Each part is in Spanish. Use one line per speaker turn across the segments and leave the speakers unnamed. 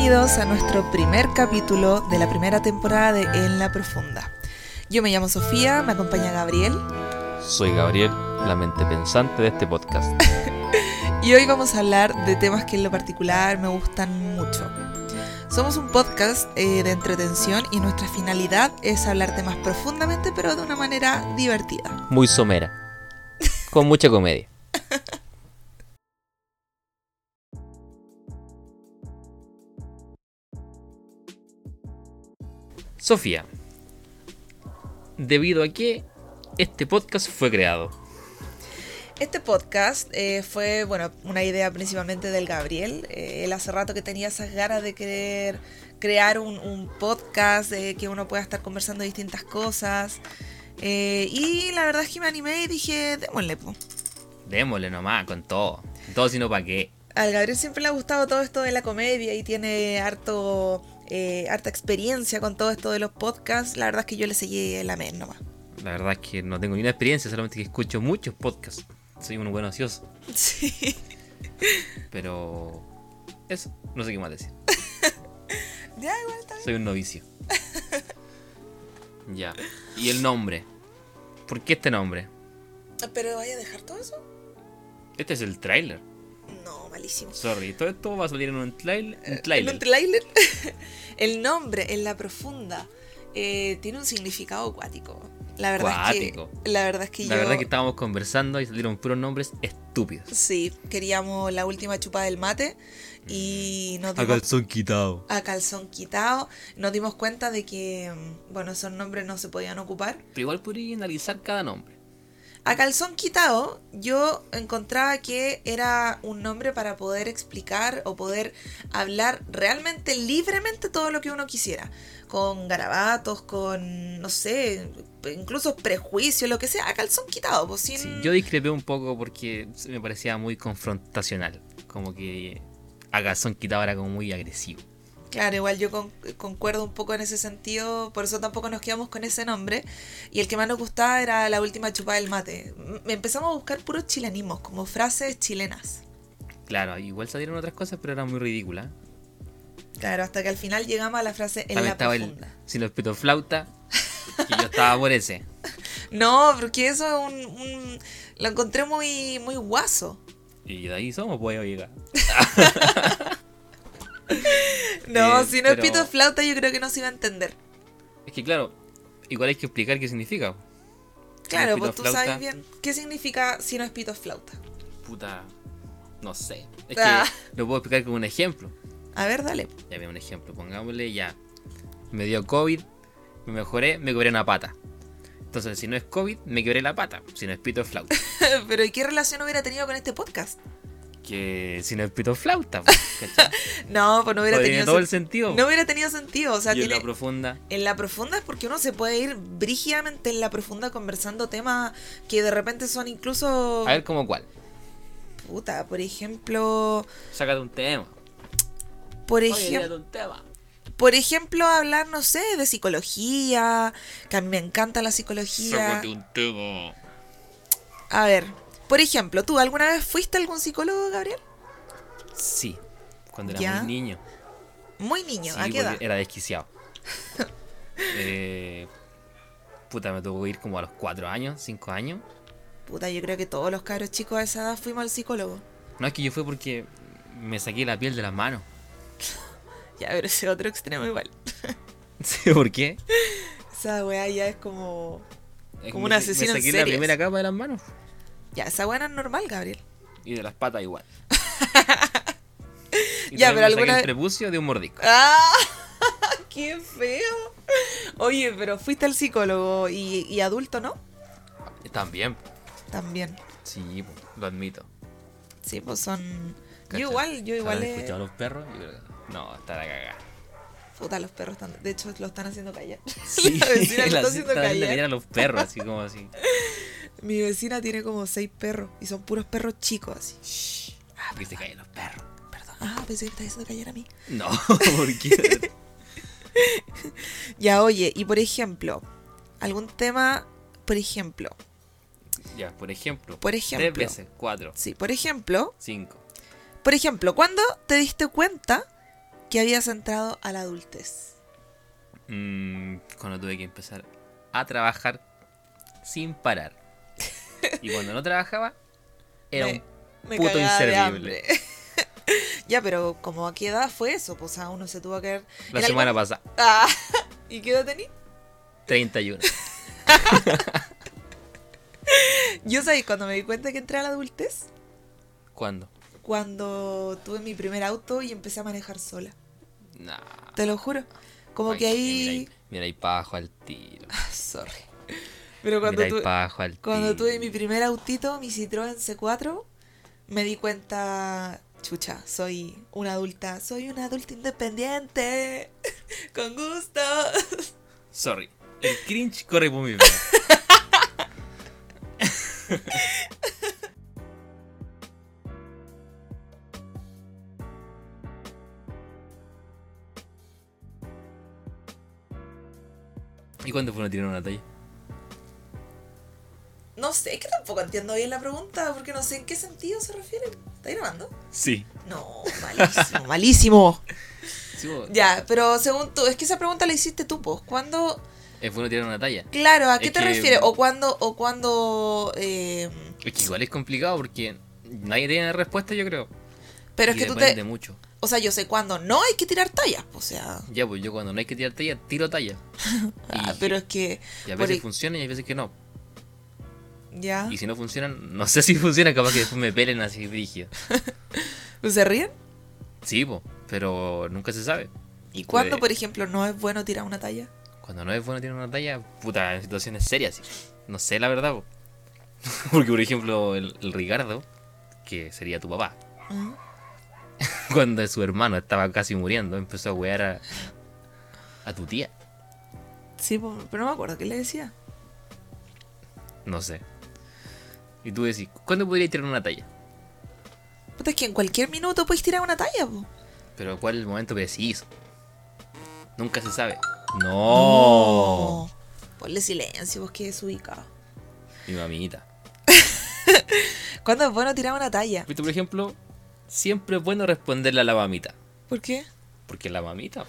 bienvenidos a nuestro primer capítulo de la primera temporada de En la Profunda. Yo me llamo Sofía, me acompaña Gabriel.
Soy Gabriel, la mente pensante de este podcast.
Y hoy vamos a hablar de temas que en lo particular me gustan mucho. Somos un podcast de entretención y nuestra finalidad es hablar temas profundamente, pero de una manera divertida.
Muy somera, con mucha comedia. Sofía, ¿debido a qué este podcast fue creado?
Este podcast fue, una idea principalmente del Gabriel. Él hace rato que tenía esas ganas de querer crear un podcast que uno pueda estar conversando de distintas cosas. Y la verdad es que me animé y dije, démosle, po.
Démosle nomás, con todo. Todo sino para qué.
Al Gabriel siempre le ha gustado todo esto de la comedia y tiene harta experiencia con todo esto de los podcasts. La verdad es que yo le seguí el amén nomás.
La verdad es que no tengo ni una experiencia, solamente que escucho muchos podcasts. Soy un buen ocioso.
Sí.
Pero eso, no sé qué más decir.
Ya, igual está bien.
Soy un novicio. Ya. ¿Y el nombre? ¿Por qué este nombre?
¿Pero vaya a dejar todo eso?
Este es el tráiler.
No, malísimo.
Sorry, todo esto va a salir en un tráiler.
¿En un tráiler? El nombre, En la Profunda, tiene un significado acuático. La verdad es que
estábamos conversando y salieron puros nombres estúpidos.
Sí, queríamos la última chupada del mate y nos dimos...
A
calzón quitado. Nos dimos cuenta de que, esos nombres no se podían ocupar.
Pero igual podría analizar cada nombre.
A calzón quitado, yo encontraba que era un nombre para poder explicar o poder hablar realmente libremente todo lo que uno quisiera. Con garabatos, con, no sé, incluso prejuicios, lo que sea, a calzón quitado. Pues, sin...
Sí, yo discrepé un poco porque me parecía muy confrontacional. Como que a calzón quitado era como muy agresivo.
Claro, igual yo concuerdo un poco en ese sentido, por eso tampoco nos quedamos con ese nombre. Y el que más nos gustaba era la última chupada del mate. Empezamos a buscar puros chilenismos, como frases chilenas.
Claro, igual salieron otras cosas, pero eran muy ridículas.
Claro, hasta que al final llegamos a la frase En
también
la
estaba
Profunda.
Si los pito flauta, que yo estaba por ese.
No, porque eso es lo encontré muy, muy guaso.
Y de ahí somos, pues llegar.
No, si no es pito flauta yo creo que no se iba a entender.
Es que claro, igual hay que explicar qué significa.
Claro, pues tú sabes bien qué significa si no es pito flauta.
Puta, no sé. Es que lo puedo explicar con un ejemplo.
A ver, dale.
Ya veo un ejemplo, pongámosle ya. Me dio COVID, me mejoré, me quebré una pata. Entonces, si no es COVID, me quebré la pata. Si no es pito flauta.
Pero ¿y qué relación hubiera tenido con este podcast?
Que si no es pito flauta, ¿cachai?
No, pues no hubiera tenido
todo el sentido.
No hubiera tenido sentido. O sea,
y en la profunda.
En la profunda es porque uno se puede ir brígidamente en la profunda conversando temas que de repente son incluso.
A ver, ¿cómo cuál?
Puta, por ejemplo.
Sácate un tema.
Por ejemplo, hablar, no sé, de psicología. Que a mí me encanta la psicología.
Sácate un tema.
A ver. Por ejemplo, ¿tú alguna vez fuiste a algún psicólogo, Gabriel?
Sí, cuando era muy niño.
Muy niño,
sí,
¿a qué edad?
Era desquiciado. Me tuvo que ir como a los 4 años, 5 años.
Puta, yo creo que todos los cabros chicos de esa edad fuimos al psicólogo.
No, es que yo fui porque me saqué la piel de las manos.
Ya, pero ese otro extremo igual.
Sí, ¿por qué?
Esa weá ya es como un asesino en serie.
Me saqué la primera capa de las manos.
Ya, esa weá no es normal, Gabriel.
Y de las patas igual.
Ya, pero alguna vez...
el prepucio de un mordisco.
¡Ah! ¡Qué feo! Oye, pero fuiste al psicólogo y adulto, ¿no?
También.
También.
Sí, pues, lo admito.
Sí, pues son...
¿Cachai?
Yo igual
¿Has escuchado a los perros? No, está la cagada.
Puta, los perros están... De hecho, lo están haciendo callar.
Sí,
la vecina lo está haciendo
callar.
callar
A los perros, así como así.
Mi vecina tiene como 6 perros y son puros perros chicos, así.
Shh, que se callen los perros.
Perdón. Pensé que me estaba diciendo callar a mí.
No, ¿por qué?
Ya, oye, y por ejemplo, algún tema, por ejemplo.
Ya, por ejemplo.
3
veces, 4.
Sí, por ejemplo.
5.
Por ejemplo, ¿cuándo te diste cuenta que habías entrado a la adultez?
Cuando tuve que empezar a trabajar sin parar. Y cuando no trabajaba, era un puto
cagaba de
inservible.
hambre. Ya, pero ¿como a qué edad fue eso? Pues a uno se tuvo que ver...
La semana pasada,
Ah, ¿y qué edad tenías?
31.
Yo, ¿sabes? Cuando me di cuenta que entré a la adultez,
¿Cuándo?
cuando tuve mi primer auto y empecé a manejar sola.
Nah.
Te lo juro. Como
Ay,
que ahí...
Mira ahí pajo al tiro.
Sorry. Pero cuando,
Mira ahí pajo al
cuando
tiro.
tuve mi primer autito, mi Citroën C4, me di cuenta, chucha, soy una adulta independiente, con gusto.
Sorry. El cringe corre por mi vida. ¿Y cuándo fueron a tirar una talla?
No sé, es que tampoco entiendo bien la pregunta, porque no sé en qué sentido se refiere. ¿Estás grabando?
Sí.
No, malísimo, malísimo.
Sí, vos.
Ya, pero según tú, es que esa pregunta la hiciste tú, pues. ¿Cuándo?
Fueron a tirar una talla.
Claro, ¿a qué
Es
te
que-
refieres? ¿O cuándo
Es que igual es complicado porque nadie tiene respuesta, yo creo.
pero es
Y
que tú
depende
te...
mucho.
O sea, yo sé cuándo no hay que tirar tallas, o sea...
Ya, pues yo cuando no hay que tirar talla, tiro talla.
pero es que...
Y a
por
veces
i-
funcionan y a veces que no.
Ya.
Y si no funcionan, no sé si funcionan, capaz que después me pelen así brígido.
¿Se ríen?
Sí, po, pero nunca se sabe.
¿Y cuándo,
Puede-
por ejemplo, no es bueno tirar una talla?
Cuando no es bueno tirar una talla, puta, en situaciones serias. Sí. No sé la verdad, po. Porque, por ejemplo, el Ricardo, que sería tu papá,
¿Ah?
cuando su hermano estaba casi muriendo, empezó a wear a tu tía.
Sí, pero no me acuerdo qué le decía.
No sé. Y tú decís, ¿cuándo podría tirar una talla?
Puta, es que en cualquier minuto puedes tirar una talla, po.
Pero ¿cuál es el momento preciso? Nunca se sabe.
No.
No.
Ponle silencio, vos que desubicado.
Mi mamita.
¿Cuándo es bueno tirar una talla?
¿Viste, por ejemplo? Siempre es bueno responderle a la mamita.
¿Por qué?
Porque es la mamita.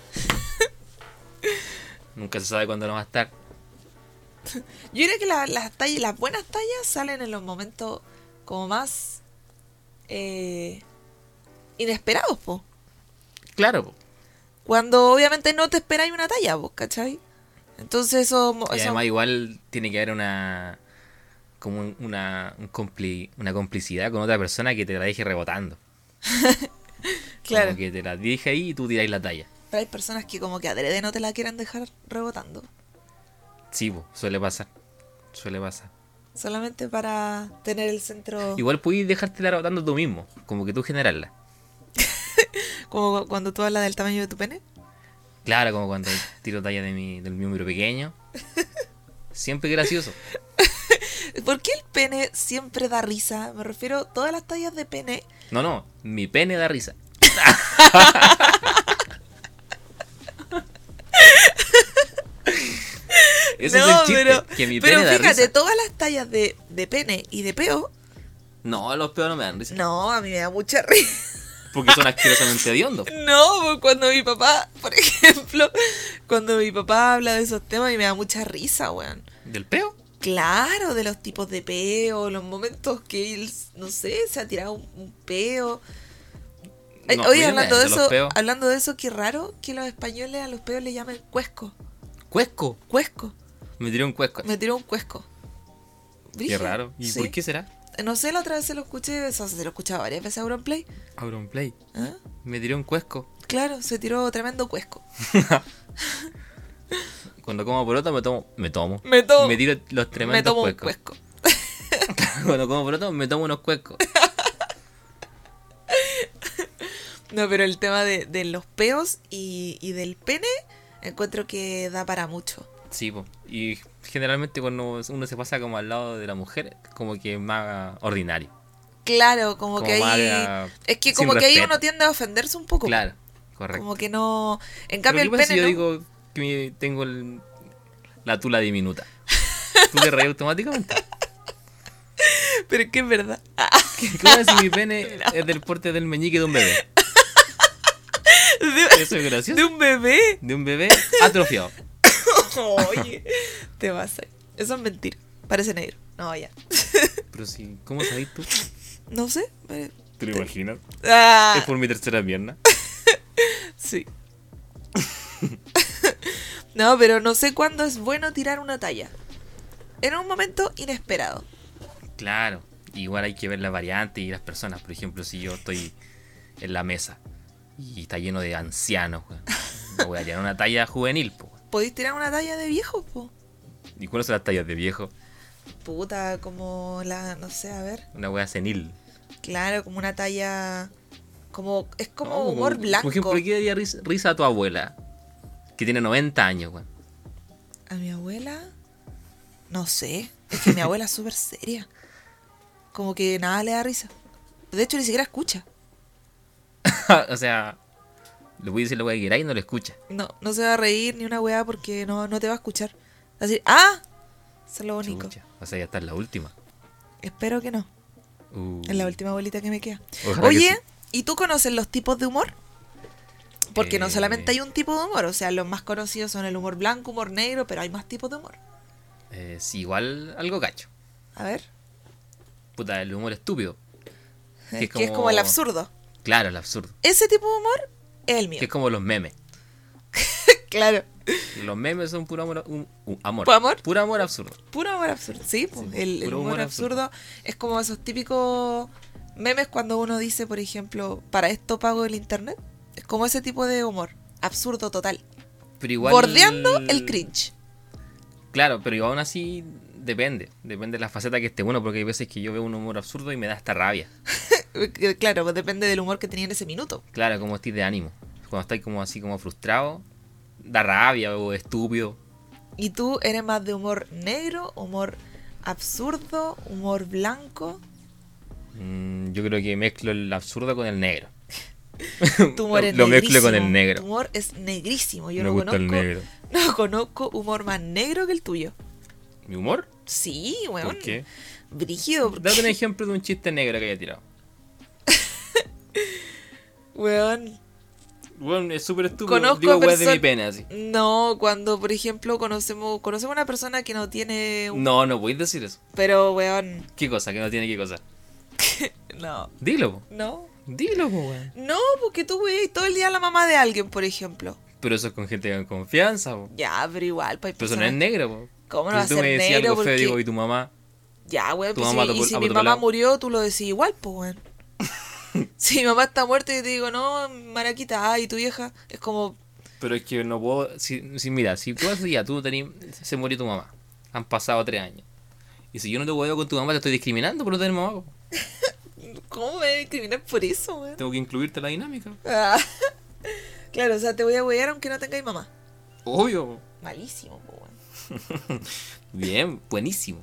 Nunca se sabe cuándo no va a estar.
Yo creo que las tallas, las buenas tallas salen en los momentos como más inesperados, po.
Claro, po.
Cuando obviamente no te esperáis una talla, vos, ¿cachai? Entonces eso...
Y además igual tiene que haber una... Como una complicidad con otra persona que te la deje rebotando.
Claro.
Como que te la dirige ahí y tú tiráis la talla.
Pero hay personas que como que adrede no te la quieren dejar rebotando.
Sí, po, suele pasar. Suele pasar.
Solamente para tener el centro...
Igual puedes dejártela rebotando tú mismo. Como que tú generarla.
Como cuando tú hablas del tamaño de tu pene.
Claro, como cuando tiro talla del miembro pequeño. Siempre gracioso.
¿Por qué el pene siempre da risa? Me refiero a todas las tallas de pene.
No, mi pene da risa. Eso es el chiste, que mi
pero
pene da
fíjate,
risa.
todas las tallas de pene y de peo,
No, los peos no me dan risa.
no, a mí me da mucha risa.
Porque son asquerosamente hediondos.
No, pues cuando mi papá, por ejemplo, cuando mi papá habla de esos temas, a mí me da mucha risa, weón.
¿Del peo?
Claro, de los tipos de peo, los momentos que él, no sé, se ha tirado un peo. Ay,
No,
oye,
mira,
hablando de eso, qué raro que los españoles a los peos le llamen cuesco.
¿Cuesco?
Cuesco.
Me tiré un cuesco.
Me tiró un cuesco.
Qué
Brígido.
raro. ¿Y
Sí.
por qué será?
No sé, la otra vez se lo escuché, eso se lo escuchaba varias veces a Auronplay.
Auronplay.
¿Ah?
Me tiré un cuesco.
Claro, se tiró tremendo cuesco.
Cuando como poroto me tomo.
Me tomo-
Me tiro los
Me
tremendos
tomo un
cuescos.
cuesco.
Cuando como poroto me tomo unos cuescos.
No, pero el tema de los peos y del pene, encuentro que da para mucho.
Sí, po. Y generalmente cuando uno se pasa como al lado de la mujer, como que es más ordinario.
Claro, como que
Como
ahí...
más,
Es que
sin
como que ahí
respeto.
uno tiende a ofenderse un poco.
Claro, correcto.
Como que no... En
Pero
cambio
¿qué
el
pasa
pene
si yo
no.
digo que tengo la tula diminuta? ¿Tú te reís automáticamente?
Pero es que es verdad.
¿Cómo es si mi pene es del porte del meñique de un bebé? Eso es gracioso.
De un bebé.
De un bebé atrofiado.
Oye, te vas a... Eso es mentira. Parece negro. No, ya.
Pero sí, ¿cómo sabes tú?
No sé.
¿Te lo imaginas?
Ah,
Es por mi tercera pierna.
sí. No, pero no sé cuándo es bueno tirar una talla. En un momento inesperado.
Claro. Igual hay que ver las variantes y las personas. Por ejemplo, si yo estoy en la mesa y está lleno de ancianos, weón, no voy a tirar una talla juvenil, po.
¿Podéis tirar una talla de viejo, po?
¿Y cuáles son las tallas de viejo?
Puta, como la... No sé, a ver.
Una wea senil.
Claro, como una talla... Como... Es como
No,
humor blanco.
Por ejemplo, ¿qué daría risa a tu abuela? Que tiene 90 años, weón.
¿A mi abuela? No sé. Es que mi abuela es súper seria. Como que nada le da risa. De hecho, ni siquiera escucha.
O sea, le voy a decir la wea que queráis y no le escucha.
No, no se va a reír ni una weá porque no te va a escuchar. Va a decir, ¡ah! Eso es lo único.
Chucha. O sea, ya está en la última.
Espero que no. Es la última abuelita que me queda.
Ojalá
Oye,
que sí.
¿y tú conoces los tipos de humor? Porque no solamente hay un tipo de humor. O sea, los más conocidos son el humor blanco, humor negro, pero hay más tipos de humor.
Sí, igual algo cacho.
A ver.
Puta, el humor estúpido.
Que es como el absurdo.
Claro, el absurdo.
Ese tipo de humor es el mío.
Que es como los memes.
Claro.
Los memes son puro amor. Amor.
¿Puro amor?
Puro amor absurdo.
Puro humor absurdo. Sí, pues, el
puro
humor
humor
absurdo es como esos típicos memes cuando uno dice, por ejemplo, para esto pago el internet. Es como ese tipo de humor. Absurdo total.
Pero igual.
Bordeando el cringe.
Claro, pero igual aún así depende. Depende de la faceta que esté uno, porque hay veces que yo veo un humor absurdo y me da hasta rabia.
Claro, pues depende del humor que tenía en ese minuto.
Claro, como estoy de ánimo. Cuando estáis como así como frustrado, da rabia o estúpido.
¿Y tú eres más de humor negro, humor absurdo, humor blanco?
Yo creo que mezclo el absurdo con el negro.
Tu humor es
Lo mezclo
negrísimo.
con el negro.
Tu humor es negrísimo. Yo
Me
no
gusta
conozco,
el negro.
no conozco humor más negro que el tuyo.
¿Mi humor?
Sí, weón.
¿Por qué?
Brígido.
Date un ejemplo de un chiste negro que haya tirado.
Weón.
Bueno, es súper estúpido.
Conozco
Digo
a
weas de
perso-
mi pene así.
No, cuando por ejemplo conocemos a una persona que no tiene
No podéis decir eso.
Pero weón,
¿Qué cosa? ¿Que no tiene qué cosa?
no.
Dilo, po.
No.
Dilo, po, weón.
No, porque tú veis todo el día a la mamá de alguien, por ejemplo.
Pero eso es con gente con confianza, po.
Ya, pero igual, pues hay
Pero eso no es
personas-
negro, po.
¿Cómo no va a
Si tú
ser
me decías
negro?
algo feo,
Porque-
digo, ¿y tu mamá?
Ya, weón,
Tu
pues
mamá
si,
tocó-
y si
a
mi
otro
mamá
lado.
murió, tú lo decís igual, pues weón. Si mi mamá está muerta y te digo, no, Maraquita, y tu vieja, es como,
Pero es que no puedo... Mira, si tú hace ya, se murió tu mamá. Han pasado 3 años. Y si yo no te huevo con tu mamá, te estoy discriminando por no tener mamá, po.
¿cómo me discriminas por eso, weón?
Tengo que incluirte en la dinámica.
Ah, claro, o sea, te voy a huear aunque no tengáis mamá.
Obvio, po.
Malísimo, pues weón.
Bien, buenísimo.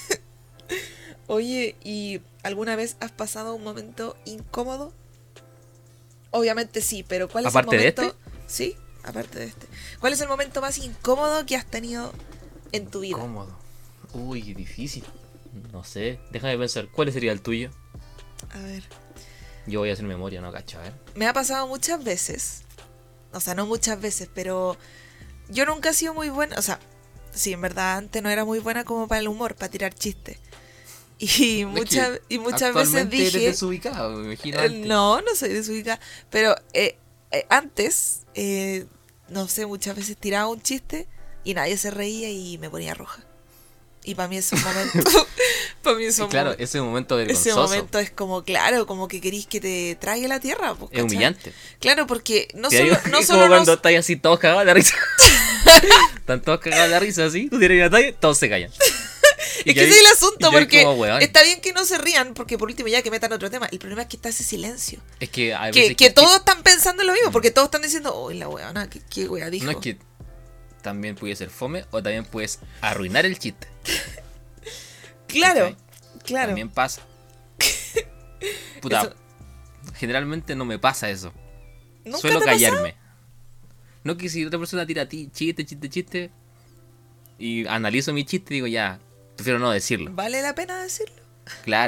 Oye, ¿y alguna vez has pasado un momento incómodo? Obviamente sí, pero ¿cuál es
¿Aparte
el
de
momento? Sí, aparte de este. ¿Cuál es el momento más incómodo que has tenido en tu vida?
Cómodo. Uy, qué difícil. No sé, déjame pensar. ¿Cuál sería el tuyo?
A ver,
Yo voy a hacer memoria, no cacho, a ver.
me ha pasado muchas veces. O sea, no muchas veces, pero yo nunca he sido muy buena. O sea, sí, en verdad antes no era muy buena como para el humor, para tirar chistes. Y muchas veces
Eres
dije...
desubicado, me imagino. Antes.
No soy desubicada. Pero antes, no sé, muchas veces tiraba un chiste y nadie se reía y me ponía roja. Y para mí ese momento... para mí
Sí, claro, ese momento
ese
vergonzoso.
momento es como, claro, como que querís que te trague la tierra. Pues,
Es
¿cachai?
humillante.
Claro, porque no
Te
solo,
digo,
no
es
solo
como cuando
nos...
estáis así todos cagados de la risa. Están todos cagados de la risa así, tú tiras una talla, todos se callan.
Es que ese es el asunto,
y yo
porque
como, weón.
está bien que no se rían, porque por último ya que metan otro tema. El problema es que está ese silencio.
Es que hay
Que,
veces
que todos están pensando en lo mismo, porque todos están diciendo, uy, la weona, ¿qué wea dijo?
No es que también puede ser fome o también puedes arruinar el chiste.
Claro,
¿Cachai?
claro.
También pasa. Puta,
Eso-
generalmente no me pasa eso.
¿Nunca
Suelo
te ha
callarme. No que si otra persona tira a ti chiste y analizo mi chiste digo ya, prefiero no decirlo.
¿Vale la pena decirlo?
Claro.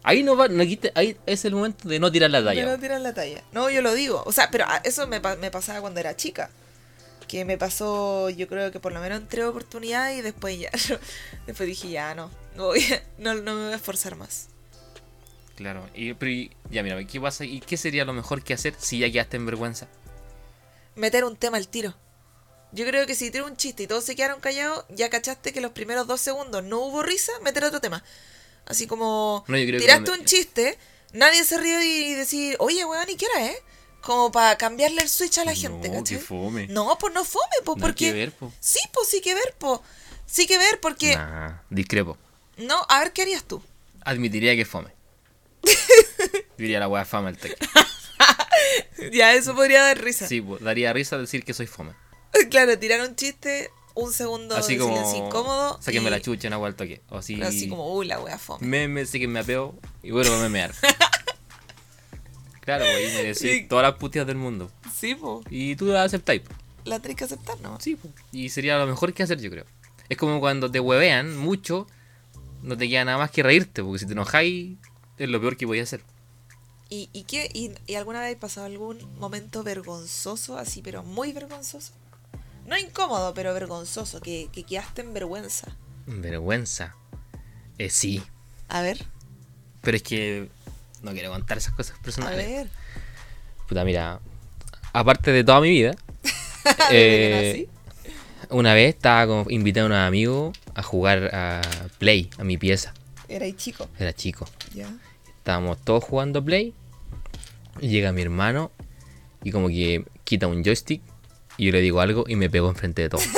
Ahí no va, ahí es el momento de no tirar la talla.
De no tirar la talla. No, yo lo digo. O sea, pero eso me pasaba cuando era chica. Que me pasó, yo creo que por lo menos en 3 oportunidades y después ya. Después dije, ya no. No me voy a esforzar más.
Claro, ya mira, ¿qué pasa? ¿Y qué sería lo mejor que hacer si ya quedaste en vergüenza?
Meter un tema al tiro. Yo creo que si tiro un chiste y todos se quedaron callados, ya cachaste que los primeros 2 segundos no hubo risa, meter otro tema. Así como
No, yo creo
tiraste
que
un chiste, nadie se rió y decir, oye, weón, ¿y qué era, Como para cambiarle el switch a la gente,
no,
¿cachai?
que fome.
No, pues no fome, pues
Nada
porque...
que ver, po.
Sí, pues sí que ver, pues. Sí que ver, porque...
Nah, discrepo.
No, a ver, ¿qué harías tú?
Admitiría que fome. Diría la wea fama el toque.
Ya, eso podría dar risa.
Sí, pues, daría risa decir que soy fome.
Claro, tirar un chiste, un segundo
Así
de
como,
silencio incómodo.
sáquenme
y-
la chucha, no al toque. O
Así como, la wea fome.
meme, sí que me apeo y vuelvo a memear. Claro, pues ahí me decís
Sí.
todas las putias del mundo.
Sí, pues.
Y tú las aceptáis. Po.
La tenés que aceptar, ¿no?
Sí, pues. Y sería lo mejor que hacer, yo creo. Es como cuando te huevean mucho, no te queda nada más que reírte, porque si te enojáis, es lo peor que podías hacer.
¿Y alguna vez pasado algún momento vergonzoso, así, pero muy vergonzoso? No incómodo, pero vergonzoso, que quedaste en vergüenza.
Vergüenza. Sí.
A ver,
Pero es que no quiero contar esas cosas
a
personales.
ver.
Puta, mira, aparte de toda mi vida,
Desde que
una vez estaba invitado a unos amigos a jugar a Play, a mi pieza.
Erais chico.
Era chico.
Ya.
Estábamos todos jugando Play. Y llega mi hermano y como que quita un joystick y yo le digo algo y me pegó enfrente de todos.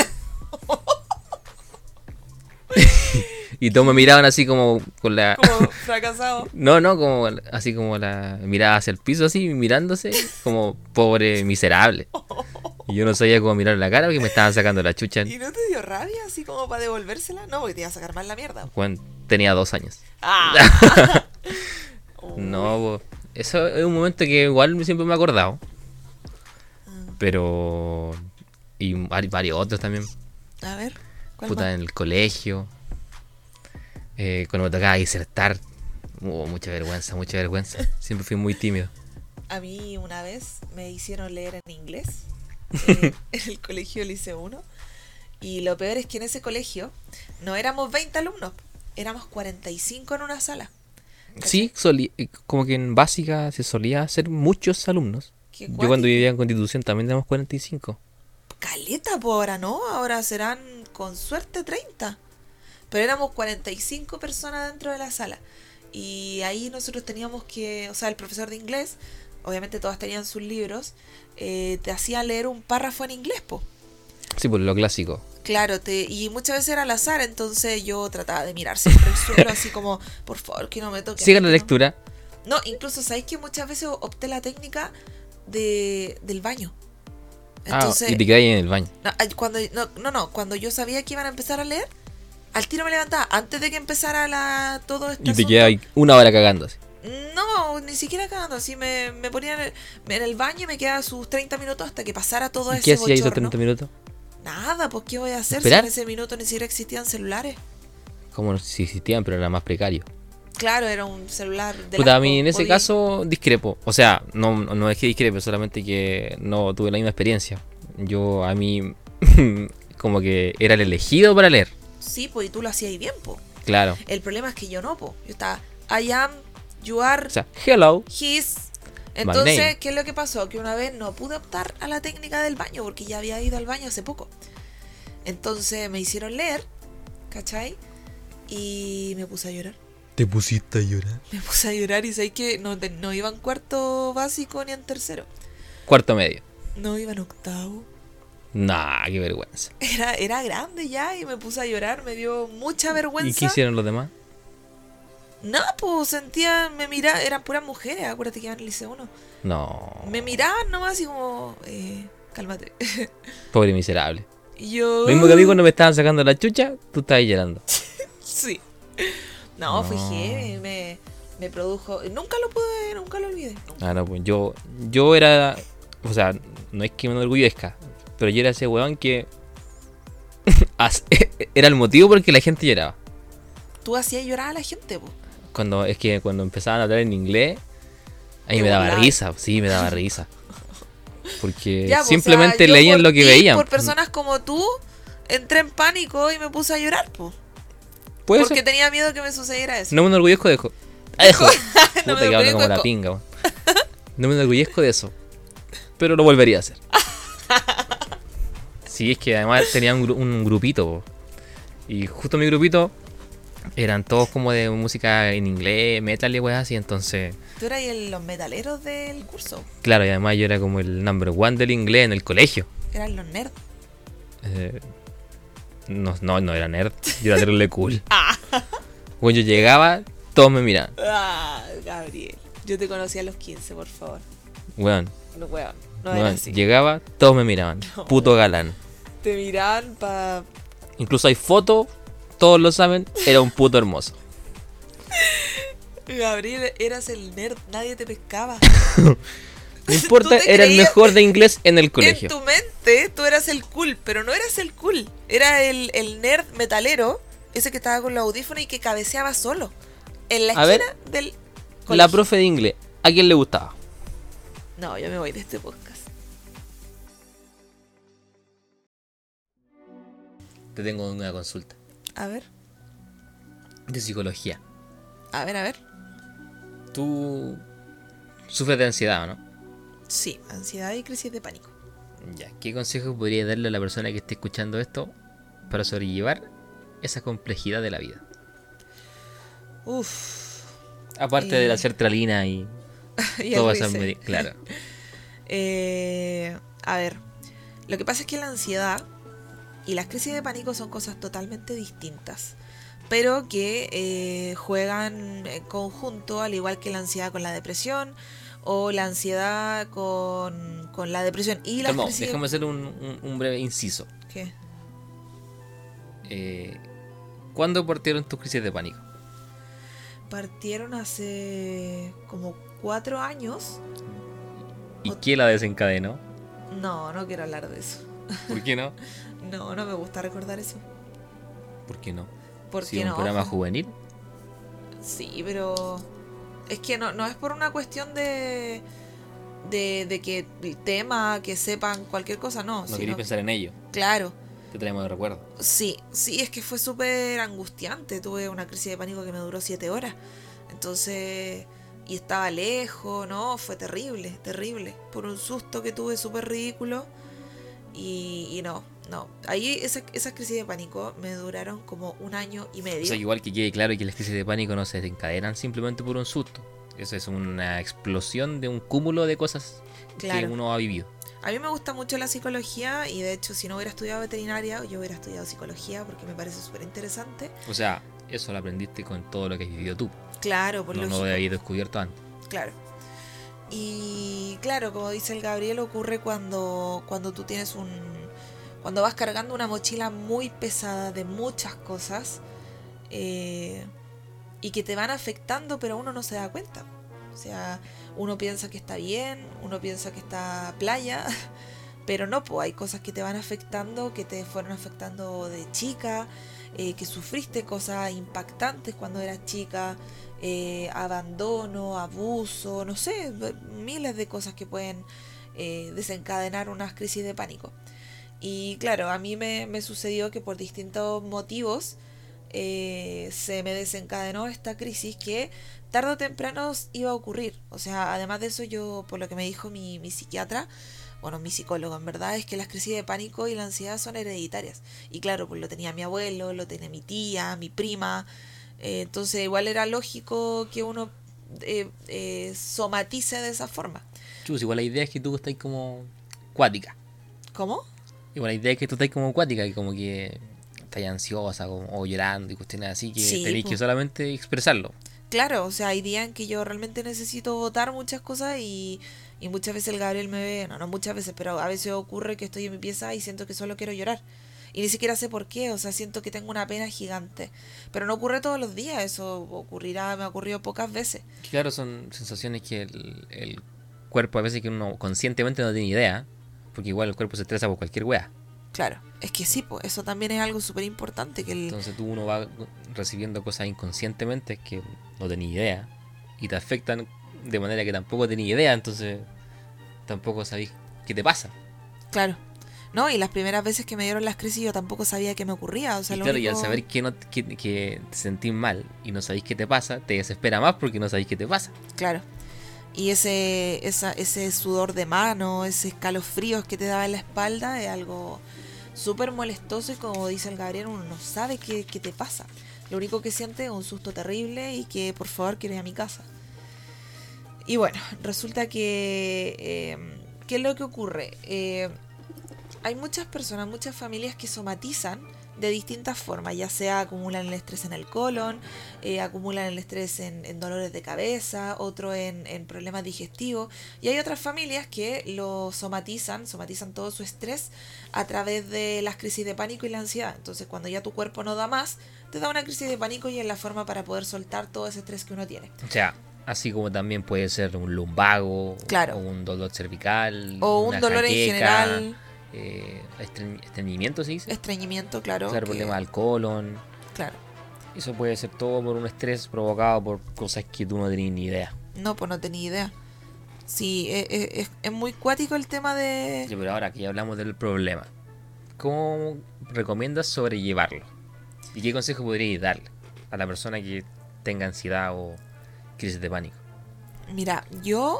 Y todos me miraban así como con la...
Como fracasado.
No, como así como la mirada hacia el piso así, mirándose como pobre miserable. Y yo no sabía cómo mirar la cara porque me estaban sacando la chucha.
¿Y no te dio rabia así como para devolvérsela? No, porque te iba a sacar más la mierda.
Cuando tenía 2 años.
Ah.
No, po, eso es un momento que igual siempre me he acordado. Pero... Y varios otros también.
A ver, ¿cuál
Puta,
más?
en el colegio. Cuando me tocaba disertar. Mucha vergüenza. Siempre fui muy tímido.
A mí una vez me hicieron leer en inglés en el colegio Liceo 1. Y lo peor es que en ese colegio no éramos 20 alumnos, éramos 45 en una sala.
Sí, como que en básica se solía hacer muchos alumnos.
Qué
Yo
cuático.
cuando vivía en Constitución también teníamos 45.
Caleta, pues ahora no, ahora serán con suerte 30. Pero éramos 45 personas dentro de la sala. Y ahí nosotros teníamos que, o sea, el profesor de inglés, obviamente todas tenían sus libros, te hacía leer un párrafo en inglés, po.
Sí, pues lo clásico.
Claro, y muchas veces era al azar, entonces yo trataba de mirar siempre el suelo, así como, por favor, que no me toque.
Sigan la
que no-
lectura.
No, incluso, ¿sabéis que muchas veces opté la técnica del baño? Entonces,
Y te quedas ahí en el baño.
cuando yo sabía que iban a empezar a leer, al tiro me levantaba antes de que empezara todo este
Y te
asunto.
quedas ahí 1 hora cagando así.
No, ni siquiera cagando, así me ponía en el baño y me quedaba sus 30 minutos hasta que pasara todo
¿Y
ese
qué hacía ahí esos
bochorno.
30 minutos?
Nada, pues ¿qué voy a hacer
¿Esperar?
si en ese minuto ni siquiera existían celulares?
Como si existían, pero era más precario.
Claro, era un celular de
Puta, a
lampo,
mí en ese
podía-
caso discrepo. O sea, no es que discrepe, solamente que no tuve la misma experiencia. A mí, como que era el elegido para leer.
Sí, pues y tú lo hacías ahí bien, pues.
Claro.
El problema es que yo no, pues. Yo estaba, I am, you are,
O sea, hello.
his.
name.
Entonces, ¿qué es lo que pasó? Que una vez no pude optar a la técnica del baño porque ya había ido al baño hace poco. Entonces me hicieron leer, ¿cachai? Y me puse a llorar.
¿Te pusiste a llorar?
Me puse a llorar y sabéis que no iba en cuarto básico ni en tercero.
Cuarto medio.
No iba en octavo.
Nah, qué vergüenza.
Era grande ya y me puse a llorar, me dio mucha vergüenza.
¿Y qué hicieron los demás?
Nada, pues sentía, me miraban, eran puras mujeres, acuérdate que iban al liceo 1.
No.
Me miraban nomás y como, cálmate.
Pobre miserable.
Y yo...
Lo mismo que a mí cuando me estaban sacando la chucha, tú estabas ahí llorando.
Sí. No, fui
No.
heavy, me produjo... Nunca lo olvidé. Nunca.
Ah, no, pues yo era... O sea, no es que me enorgullezca, pero yo era ese weón que... era el motivo por el que la gente lloraba.
Tú hacías llorar a la gente, pues.
cuando empezaban a hablar en inglés, a mí
Te
me daba
burlabas.
risa, sí, me daba risa. Porque
Ya, pues,
simplemente
o sea, yo
leían
por
lo que
ti,
veían.
por personas como tú, entré en pánico y me puse a llorar, pues.
Puede
Porque
ser.
tenía miedo que me sucediera eso.
No me enorgullezco de eso. Dejo.
No
Puta
me
que hablo como
enorgullezco
la
de
pinga, weón. No me enorgullezco de eso. Pero lo volvería a hacer. Sí, es que además tenía un grupito, po. Y justo mi grupito eran todos como de música en inglés, metal y weas así, entonces...
Tú eras los metaleros del curso.
Claro, y además yo era como el number one del inglés en el colegio.
Eran los nerds.
Eh, no era nerd, yo era terrible cool. Cuando yo llegaba, todos me miraban.
Ah, Gabriel. Yo te conocí a los 15, por favor.
Weón,
No, weón. No
weón,
era así.
llegaba, todos me miraban.
No.
Puto galán.
Te miraban pa...
Incluso hay fotos, todos lo saben, era un puto hermoso.
Gabriel, eras el nerd. Nadie te pescaba.
No importa,
¿Tú te
era el
creías?
mejor de inglés en el colegio.
En tu mente, tú eras el cool, pero no eras el cool. Era el nerd metalero, ese que estaba con los audífonos y que cabeceaba solo. En la
A ver,
esquina del
La
colegio.
profe de inglés, ¿a quién le gustaba?
No, yo me voy de este podcast.
Te tengo una consulta
A ver,
de psicología.
a ver, a ver.
Tú sufres de ansiedad, ¿no?
Sí, ansiedad y crisis de pánico.
Ya, ¿qué consejo podría darle a la persona que esté escuchando esto para sobrellevar esa complejidad de la vida?
Uf.
Aparte de la sertralina y
Y el
todas esas
reset.
medidas. Claro.
A ver, lo que pasa es que la ansiedad y las crisis de pánico son cosas totalmente distintas, pero que juegan en conjunto, al igual que la ansiedad con la depresión o la ansiedad con la depresión y las
Calma,
crisis de...
déjame hacer un breve inciso.
¿Qué?
¿Cuándo partieron tus crisis de pánico?
Partieron hace como 4 años.
¿Y qué la desencadenó?
No, no quiero hablar de eso.
¿Por qué no?
No, no me gusta recordar eso.
¿Por qué no?
¿Por
Si
qué
es un
no?
programa juvenil.
Sí, pero es que no es por una cuestión de que el tema, que sepan cualquier cosa, no.
No
sino
queréis
que-
pensar en ello.
Claro,
Te traemos de recuerdo.
sí, es que fue súper angustiante. Tuve una crisis de pánico que me duró 7 horas. Entonces, y estaba lejos, no, fue terrible, terrible. Por un susto que tuve súper ridículo. Y no. Ahí esas crisis de pánico me duraron como 1 año y medio.
O sea, igual que quede claro que las crisis de pánico no se desencadenan simplemente por un susto. Eso es una explosión de un cúmulo de cosas que
Claro.
uno ha vivido.
A mí me gusta mucho la psicología y de hecho si no hubiera estudiado veterinaria, yo hubiera estudiado psicología porque me parece súper interesante.
O sea, eso lo aprendiste con todo lo que has vivido tú.
Claro, por
No
lógico.
lo habías descubierto antes.
Claro. Y claro, como dice el Gabriel, ocurre cuando tú tienes cuando vas cargando una mochila muy pesada de muchas cosas y que te van afectando, pero uno no se da cuenta. O sea, uno piensa que está bien, uno piensa que está playa, pero no, pues hay cosas que te van afectando, que te fueron afectando de chica, que sufriste cosas impactantes cuando eras chica, abandono, abuso, no sé, miles de cosas que pueden desencadenar unas crisis de pánico. Y claro, a mí me sucedió que por distintos motivos se me desencadenó esta crisis que tarde o temprano iba a ocurrir. O sea, además de eso, yo, por lo que me dijo mi psiquiatra, bueno, mi psicólogo en verdad, es que las crisis de pánico y la ansiedad son hereditarias. Y claro, pues lo tenía mi abuelo, lo tenía mi tía, mi prima. Entonces igual era lógico que uno somatice de esa forma.
Chus, igual la idea es que tú estás como cuática.
¿Cómo?
Igual la idea es que tú estás como cuática, y como que estás ansiosa o llorando y cuestiones así, que
Sí,
tenéis
po.
que solamente expresarlo.
Claro, o sea, hay días en que yo realmente necesito votar muchas cosas y muchas veces el Gabriel me ve, no muchas veces, pero a veces ocurre que estoy en mi pieza y siento que solo quiero llorar. Y ni siquiera sé por qué, o sea, siento que tengo una pena gigante. Pero no ocurre todos los días, eso me ha ocurrido pocas veces.
Claro, son sensaciones que el cuerpo a veces que uno conscientemente no tiene idea, porque igual el cuerpo se estresa por cualquier wea.
Claro, es que sí, pues eso también es algo súper importante.
Entonces uno va recibiendo cosas inconscientemente que no tenía idea y te afectan de manera que tampoco tenía idea, entonces tampoco sabéis qué te pasa.
Claro. No, y las primeras veces que me dieron las crisis yo tampoco sabía qué me ocurría. O sea,
Y
lo
claro, y
único...
al saber que te sentís mal y no sabéis qué te pasa, te desespera más porque no sabéis qué te pasa.
Claro. Y ese sudor de mano, ese escalofríos que te daba en la espalda es algo súper molestoso y como dice el Gabriel, uno no sabe qué te pasa. Lo único que siente es un susto terrible y que por favor quiero ir a mi casa. Y bueno, resulta que... ¿qué es lo que ocurre? Hay muchas personas, muchas familias que somatizan de distintas formas, ya sea acumulan el estrés en el colon, acumulan el estrés en dolores de cabeza, otro en problemas digestivos, y hay otras familias que lo somatizan todo su estrés a través de las crisis de pánico y la ansiedad. Entonces cuando ya tu cuerpo no da más, te da una crisis de pánico y es la forma para poder soltar todo ese estrés que uno tiene.
O sea, así como también puede ser un lumbago,
Claro.
o un dolor cervical,
O
una
un dolor en
jaqueca,
general,
estreñimiento se dice.
estreñimiento, claro.
Claro, problemas al colon.
Claro.
Eso puede ser todo por un estrés provocado por cosas que tú no tenías ni idea.
No, pues no tenía idea. Sí, es muy cuático el tema de...
Sí, pero ahora que ya hablamos del problema, ¿cómo recomiendas sobrellevarlo? ¿Y qué consejo podrías darle a la persona que tenga ansiedad o crisis de pánico?
Mira, yo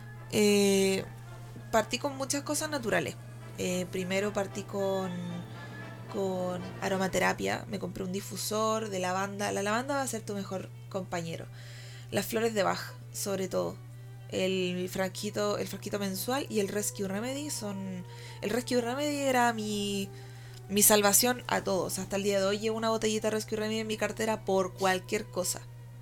partí con muchas cosas naturales. Primero partí con aromaterapia. Me compré un difusor de lavanda. La lavanda va a ser tu mejor compañero. Las flores de Bach, sobre todo. El frasquito mensual y el Rescue Remedy son... El Rescue Remedy era mi salvación a todos. Hasta el día de hoy llevo una botellita de Rescue Remedy en mi cartera por cualquier cosa.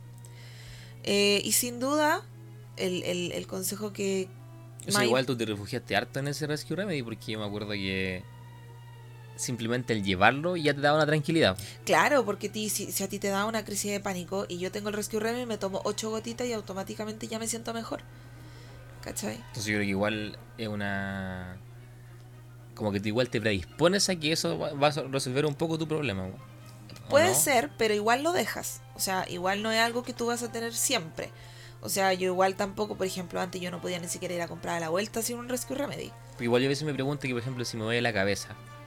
Y sin duda, el consejo que...
O sea, igual tú te refugiaste harto en ese Rescue Remedy porque yo me acuerdo que simplemente el llevarlo ya te daba una tranquilidad.
Claro, porque si a ti te da una crisis de pánico y yo tengo el Rescue Remedy, me tomo 8 gotitas y automáticamente ya me siento mejor. ¿Cachai?
Entonces yo creo que igual es una... Como que tú igual te predispones a que eso va a resolver un poco tu problema.
Puede
no?
ser, pero igual lo dejas. O sea, igual no es algo que tú vas a tener siempre. O sea, yo igual tampoco, por ejemplo, antes yo no podía ni siquiera ir a comprar a la vuelta sin un Rescue Remedy.
Porque igual yo a veces me pregunto que, por ejemplo, si me duele la cabeza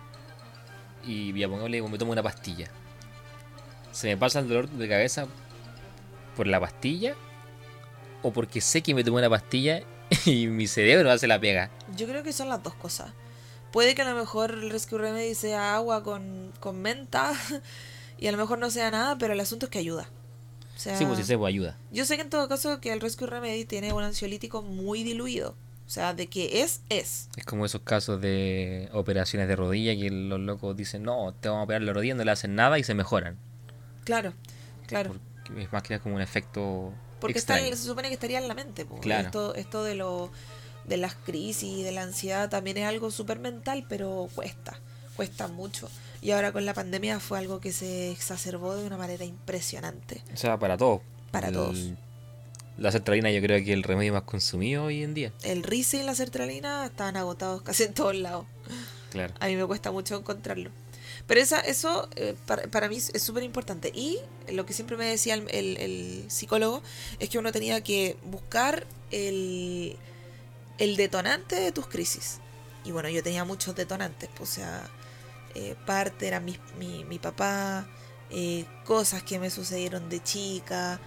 y ya pongámosle, me tomo una pastilla, ¿se me pasa el dolor de cabeza por la pastilla o porque sé que me tomé una pastilla y mi cerebro hace la pega?
Yo creo que son las dos cosas. Puede que a lo mejor el Rescue Remedy sea agua con menta y a lo mejor no sea nada, pero el asunto es que ayuda. O sea,
Sí, pues sí, pues ayuda.
yo sé que en todo caso que el Rescue Remedy tiene un ansiolítico muy diluido. O sea, de que es.
Es como esos casos de operaciones de rodilla que los locos dicen, no, te vamos a operar la rodilla, no le hacen nada y se mejoran.
Claro, claro.
Porque es más que nada como un efecto
Porque
extraño.
se supone que estaría en la mente. Po.
Claro.
Esto de las crisis y de la ansiedad también es algo súper mental, pero cuesta mucho. Y ahora con la pandemia fue algo que se exacerbó de una manera impresionante.
O sea, para todos.
Para todos.
La sertralina yo creo que es el remedio más consumido hoy en día.
El Rice y la sertralina estaban agotados casi en todos lados.
Claro.
A mí me cuesta mucho encontrarlo. Pero eso para mí es súper importante. Y lo que siempre me decía el psicólogo es que uno tenía que buscar el detonante de tus crisis. Y bueno, yo tenía muchos detonantes. Pues, o sea, parte era mi papá, cosas que me sucedieron de chica,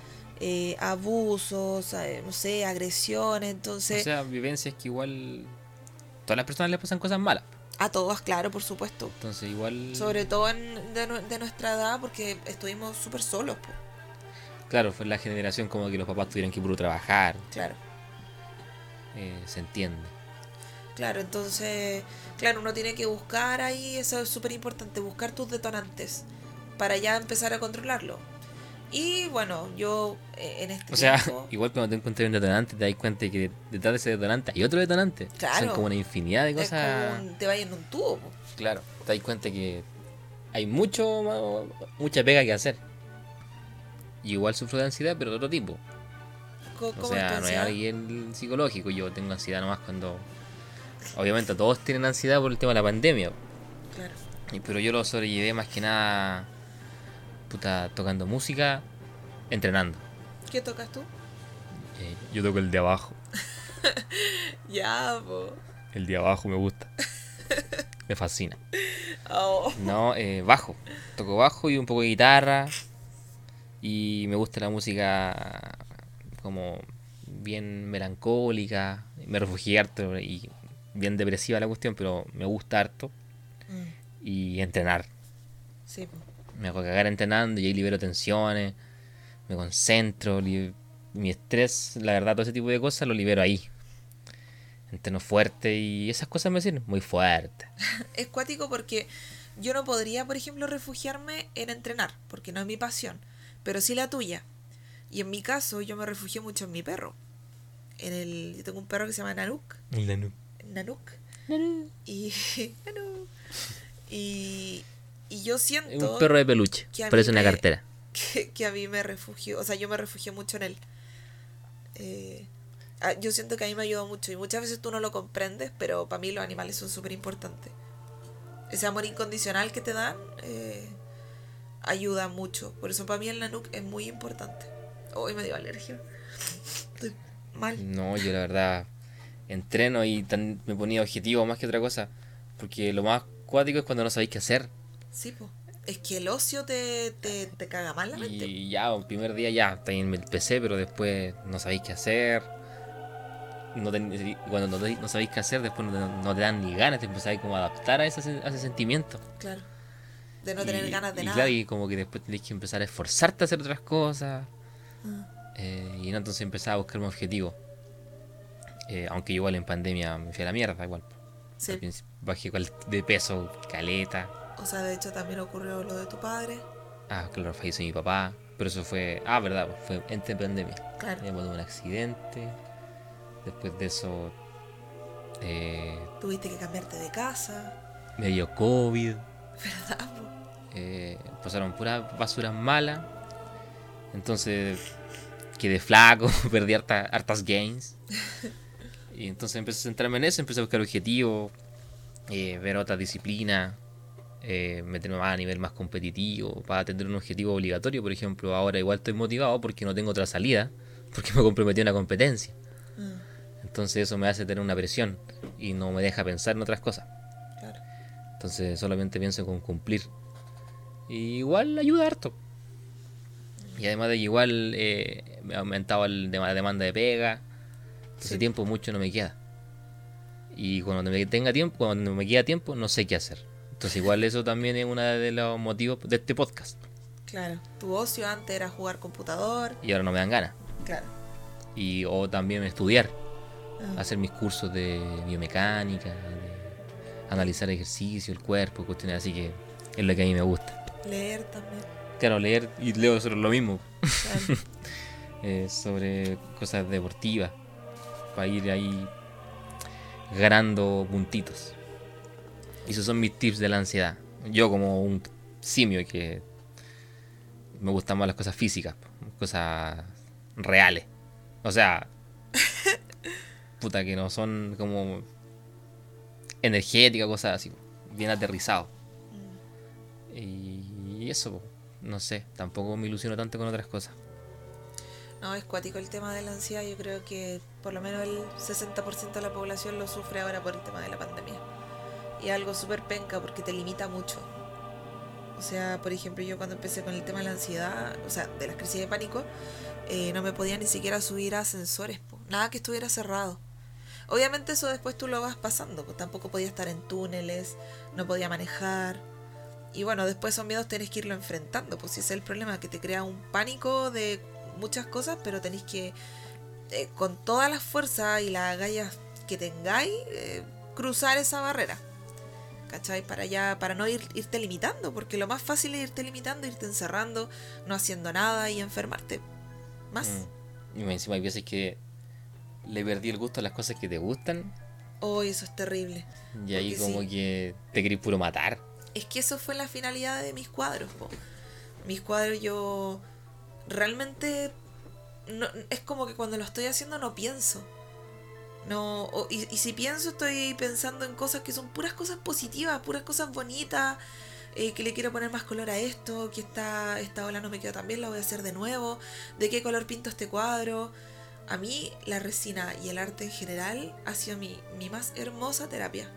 abusos, no sé, agresiones. Entonces,
O sea, vivencias que igual todas las personas les pasan cosas malas.
a todas, claro, por supuesto.
Entonces igual...
Sobre todo de nuestra edad, porque estuvimos súper solos. Pues.
Claro, fue la generación como que los papás tuvieron que puro trabajar.
Claro.
Se entiende.
Claro, entonces, claro, uno tiene que buscar ahí, eso es súper importante, buscar tus detonantes para ya empezar a controlarlo. Y bueno, yo en este
O sea,
tiempo,
igual cuando te encuentras un detonante te das cuenta que detrás de ese detonante hay otro detonante.
Claro.
Son como una infinidad de
es
cosas.
como te vayas en un tubo. Po.
Claro, te das cuenta que hay mucha pega que hacer. Y igual sufro de ansiedad, pero de otro tipo. O
¿Cómo
sea,
es tu
no es
ansiedad?
alguien psicológico. Yo tengo ansiedad nomás cuando... Obviamente todos tienen ansiedad por el tema de la pandemia.
Claro.
Pero yo lo sobrellevé más que nada, puta, tocando música, entrenando.
¿Qué tocas tú?
Yo toco el de abajo.
Ya, po.
El de abajo me gusta. Me fascina.
Oh.
No, bajo. Toco bajo y un poco de guitarra. Y me gusta la música como bien melancólica. Me refugié harto y bien depresiva la cuestión, pero me gusta harto. Y entrenar.
Sí, po.
Me hago cagar entrenando y ahí libero tensiones. Me concentro. Mi estrés, la verdad, todo ese tipo de cosas lo libero ahí. Entreno fuerte y esas cosas me sirven muy fuerte.
Es cuático porque yo no podría, por ejemplo, refugiarme en entrenar, porque no es mi pasión, pero sí la tuya. Y en mi caso, yo me refugié mucho en mi perro. Yo tengo un perro que se llama Nanook. Nanook. Y, Nanook. Y yo
Es
siento
un perro de peluche,
que a
parece
mí
una
me,
cartera.
que a mí me refugió, o sea, yo me refugié mucho en él. Yo siento que a mí me ayudó mucho y muchas veces tú no lo comprendes, pero para mí los animales son súper importantes. Ese amor incondicional que te dan ayuda mucho. Por eso para mí el Nanook es muy importante. Hoy me dio alergia. Estoy mal.
No, yo la verdad entreno y me ponía objetivo más que otra cosa. Porque lo más cuático es cuando no sabéis qué hacer.
Sí, pues. Es que el ocio te caga mal la mente.
Y ya, el primer día ya, está en el PC, pero después no sabéis qué hacer. Cuando no sabéis qué hacer, después no te dan ni ganas, te empezáis como a adaptar a ese sentimiento.
Claro. De no tener ganas de nada.
Claro, y como que después tenés que empezar a esforzarte a hacer otras cosas. Y no, entonces empezaba a buscar un objetivo. Aunque igual en pandemia me fui a la mierda, igual.
Sí.
Bajé de peso, caleta.
O sea, de hecho también ocurrió lo de tu padre.
Ah, claro, falleció mi papá. Pero eso fue. Ah, verdad, fue entre pandemia.
Claro.
Me tuve un accidente. Después de eso.
Tuviste que cambiarte de casa.
Me dio COVID.
¿Verdad?
Pasaron puras basuras malas. Entonces quedé flaco, perdí hartas gains. Y entonces empecé a centrarme en eso, empecé a buscar objetivos, ver otras disciplinas, meterme más a nivel más competitivo, para tener un objetivo obligatorio. Por ejemplo, ahora igual estoy motivado porque no tengo otra salida, porque me comprometí a una competencia. Entonces eso me hace tener una presión y no me deja pensar en otras cosas.
Claro.
Entonces solamente pienso con cumplir. Y igual ayuda harto. Y además de que igual me ha aumentado la demanda de pega. Entonces
Sí.
tiempo mucho no me queda. Y cuando me queda tiempo, no sé qué hacer. Entonces igual eso también es uno de los motivos de este podcast.
Claro. Tu ocio antes era jugar computador.
Y ahora no me dan ganas.
Claro.
O también estudiar. Hacer mis cursos de biomecánica, de analizar ejercicio, el cuerpo, cuestiones así, que es lo que a mí me gusta.
Leer también.
Claro, leer y leo sobre lo mismo.
Claro.
Sobre cosas deportivas. Para ir ahí ganando puntitos. Y esos son mis tips de la ansiedad. Yo como un simio que me gustan más las cosas físicas, cosas reales. O sea, puta, que no son como energéticas, cosas así, bien aterrizado. Y eso, no sé, tampoco me ilusiono tanto con otras cosas.
No, es cuático el tema de la ansiedad. Yo creo que por lo menos el 60% de la población lo sufre ahora por el tema de la pandemia. Y es algo súper penca porque te limita mucho. O sea, por ejemplo, yo cuando empecé con el tema de la ansiedad, o sea, de las crisis de pánico, no me podía ni siquiera subir a ascensores, po. Nada que estuviera cerrado. Obviamente eso después tú lo vas pasando, pues tampoco podía estar en túneles, no podía manejar. Y bueno, después esos miedos tenés que irlo enfrentando, pues si ese es el problema, que te crea un pánico de muchas cosas, pero tenéis que, con todas las fuerzas y las agallas que tengáis, cruzar esa barrera. ¿Cachai? Para no irte limitando, porque lo más fácil es irte limitando, irte encerrando, no haciendo nada y enfermarte más.
Y encima hay veces que le perdí el gusto a las cosas que te gustan.
Oh, eso es terrible.
Y ahí
Porque
como
sí,
que te querés puro matar.
es que eso fue la finalidad de mis cuadros, po. Mis cuadros yo realmente no, es como que cuando lo estoy haciendo no pienso. No, y si pienso, estoy pensando en cosas que son puras cosas positivas, puras cosas bonitas, que le quiero poner más color a esto, que esta ola no me quedó tan bien, la voy a hacer de nuevo, de qué color pinto este cuadro. A mí la resina y el arte en general ha sido mi más hermosa terapia.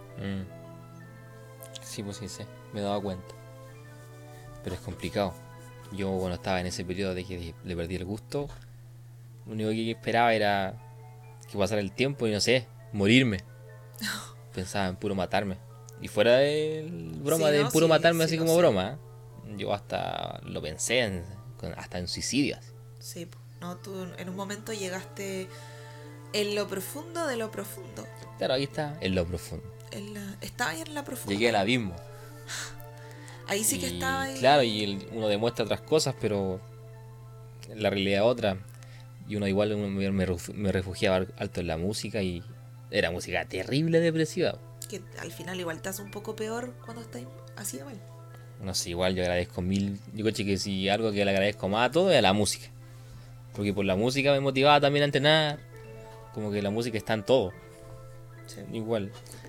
Sí, pues sí, me he dado cuenta. Pero es complicado. Yo cuando estaba en ese periodo de que le perdí el gusto, lo único que esperaba era que pasara el tiempo y no sé, morirme. Pensaba en puro matarme. Y fuera de broma,
Sí,
de
no,
puro
sí,
matarme
sí,
así
no
como
sé.
broma. Yo hasta lo pensé, hasta en suicidios.
Sí, no, tú en un momento llegaste en lo profundo de lo profundo.
Claro, ahí está, en lo profundo.
Estaba ahí en la profunda.
Llegué al abismo.
Ahí sí que
Y
estaba ahí.
claro, y uno demuestra otras cosas, pero la realidad es otra. Y uno igual me refugiaba alto en la música y era música terrible, depresiva.
Que al final igual te hace un poco peor cuando estás así de mal.
No sé, igual yo agradezco mil. Yo creo que si algo que le agradezco más a todo es a la música. Porque por la música me motivaba también a entrenar. Como que la música está en todo.
Sí.
Igual.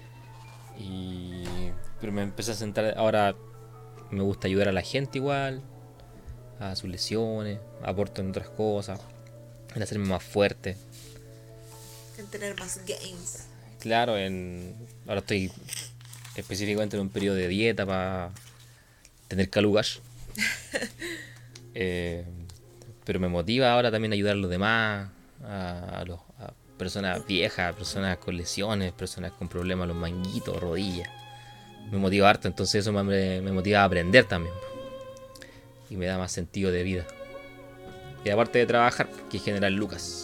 Pero me empecé a centrar. Ahora me gusta ayudar a la gente igual. A sus lesiones. Aporto en otras cosas. En hacerme más fuerte.
En tener más games.
Claro, ahora estoy específicamente en un periodo de dieta para tener calugas. Pero me motiva ahora también ayudar a los demás, a personas viejas, personas con lesiones, personas con problemas, los manguitos, rodillas. Me motiva harto, entonces eso me motiva a aprender también. Y me da más sentido de vida. Y aparte de trabajar, que generar lucas.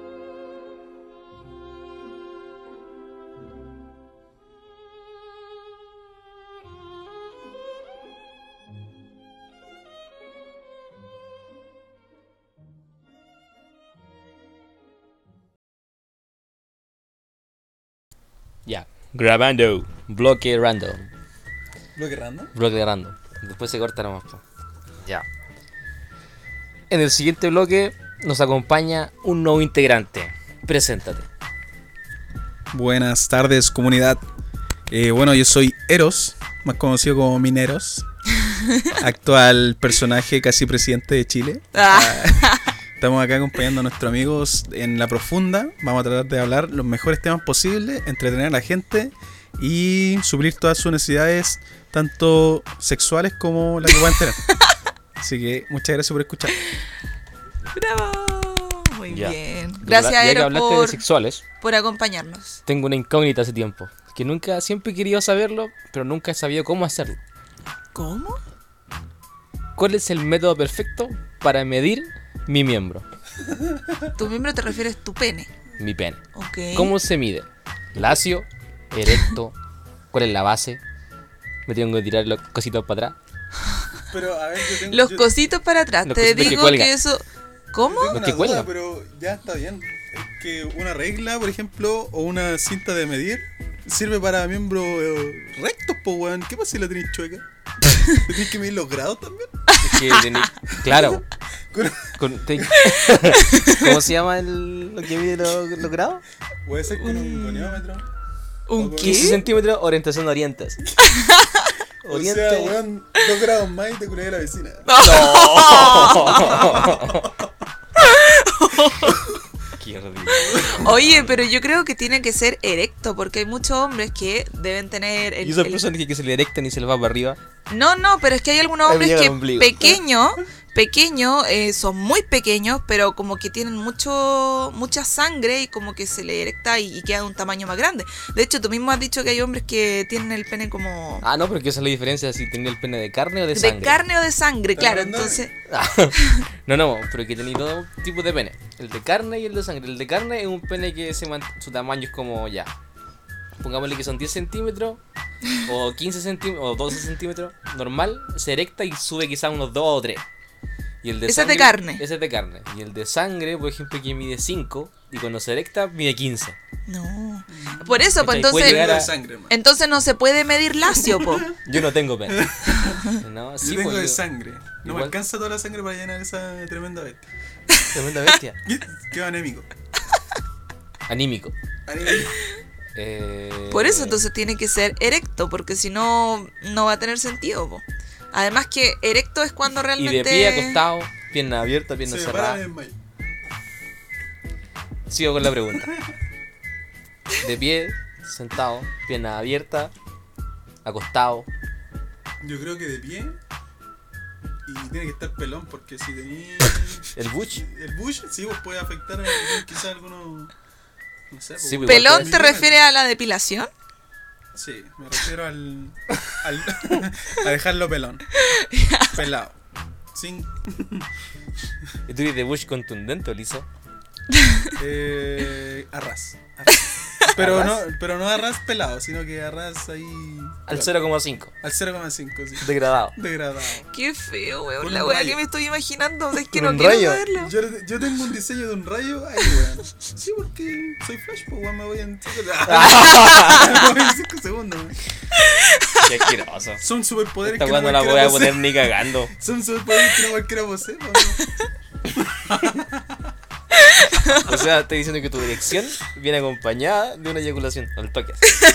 Ya, grabando, bloque random.
¿Bloque random?
Bloque random. Después se corta nomás. Ya. En el siguiente bloque nos acompaña un nuevo integrante. Preséntate.
Buenas tardes, comunidad. Bueno, yo soy Eros, más conocido como Mineros. Actual personaje, casi presidente de Chile. Estamos acá acompañando a nuestros amigos en La Profunda. Vamos a tratar de hablar los mejores temas posibles, entretener a la gente y suplir todas sus necesidades, tanto sexuales como las que puedan tener. Así que muchas gracias por escuchar.
¡Bravo! Muy
Ya.
bien. Gracias,
Ya que
Eros,
hablaste de sexuales,
por acompañarnos.
tengo una incógnita hace tiempo. Que siempre he querido saberlo, pero nunca he sabido cómo hacerlo.
¿Cómo?
¿Cuál es el método perfecto para medir mi miembro?
Tu miembro te refieres tu pene.
Mi pene.
Ok.
¿Cómo se mide? ¿Lacio? ¿Erecto? ¿Cuál es la base? ¿Me tengo que tirar los cositos para atrás?
Pero a ver,
Los cositos para atrás.
Los
Te
cositos que
digo
cuelgan.
que eso. ¿Cómo?
Los que cuelgan.
pero ya está bien. Es que una regla, por ejemplo, o una cinta de medir sirve para miembros rectos, po, weón. ¿Qué pasa si la tenés chueca? ¿Tienes que medir los grados también?
Es que claro.
Con-
¿Cómo se llama lo que mide los grados?
Puede ser con un goniómetro.
¿Un
O con-
15
qué?
centímetros, orientación orientes.
O sea, weón, 2 grados más y te curaría la vecina.
Qué ridículo.
Oye, pero yo creo que tiene que ser erecto, porque hay muchos hombres que deben tener
Y esas personas que se le erectan y se les va para arriba.
No, pero es que hay algunos
Ahí me
hombres
llega el
que
ombligo.
pequeños, son muy pequeños, pero como que tienen mucha sangre y como que se le erecta y queda de un tamaño más grande. De hecho, tú mismo has dicho que hay hombres que tienen el pene como
Ah, no, pero que esa es la diferencia si tenía el pene de carne o de sangre.
de carne o de sangre,
¿Estás
claro.
hablando de-
Entonces,
No, pero que tenía todo tipo de pene. El de carne y el de sangre. El de carne es un pene que su tamaño es como ya. Pongámosle que son 10 centímetros o 15 centímetros o 12 centímetros. Normal, se erecta y sube quizás unos 2 o 3. Y el de
Ese es de carne.
Ese es de carne. Y el de sangre, por ejemplo, que mide 5 y cuando se erecta mide 15.
no. Por eso, pues
¿Cachai? Puede llegar
entonces,
a-
sangre, man.
entonces no se puede medir lacio, po.
Yo no tengo pene. No,
Yo
sí,
tengo
pues,
de sangre. No
igual-
me alcanza toda la sangre para llenar esa tremenda bestia.
Tremenda bestia.
Quedo anémico.
Anímico.
Por eso entonces tiene que ser erecto, porque si no, no va a tener sentido, po. Además que erecto es cuando
Y
realmente...
de pie, acostado, pierna abierta, pierna
Se
cerrada.
paran en mayo.
Sigo con la pregunta. De pie, sentado, pierna abierta, acostado.
Yo creo que de pie. Y tiene que estar pelón, porque si tenés
¿El bush?
el bush, sí, pues puede afectar quizás algunos. No sé,
Sí,
pues,
pues,
¿Pelón te
milímetros.
refiere a la depilación?
Sí, me refiero a dejarlo pelón. Pelado. Sin.
¿Y tú dices de bush contundente o liso?
Arras.
¿Arras?
Pero no arras pelado, sino que arras ahí.
Al 0,5.
Al 0,5, sí.
Degradado.
Degradado.
Qué feo, weón.
Con
La
un
weá
rayo.
que me estoy imaginando. Es que
Con
no
un
quiero
rayo.
saberlo.
Yo tengo un diseño de un rayo ahí, weón. Sí, porque soy Flash, pues weón, me voy en 5 segundos, weón.
Qué asqueroso.
Son superpoderes
Esta
que
weá
no
no la voy
cualquiera
a poner
posee.
ni cagando.
Son superpoderes que no cualquiera posee, weón.
O sea, estoy diciendo que tu dirección viene acompañada de una eyaculación. Al toque.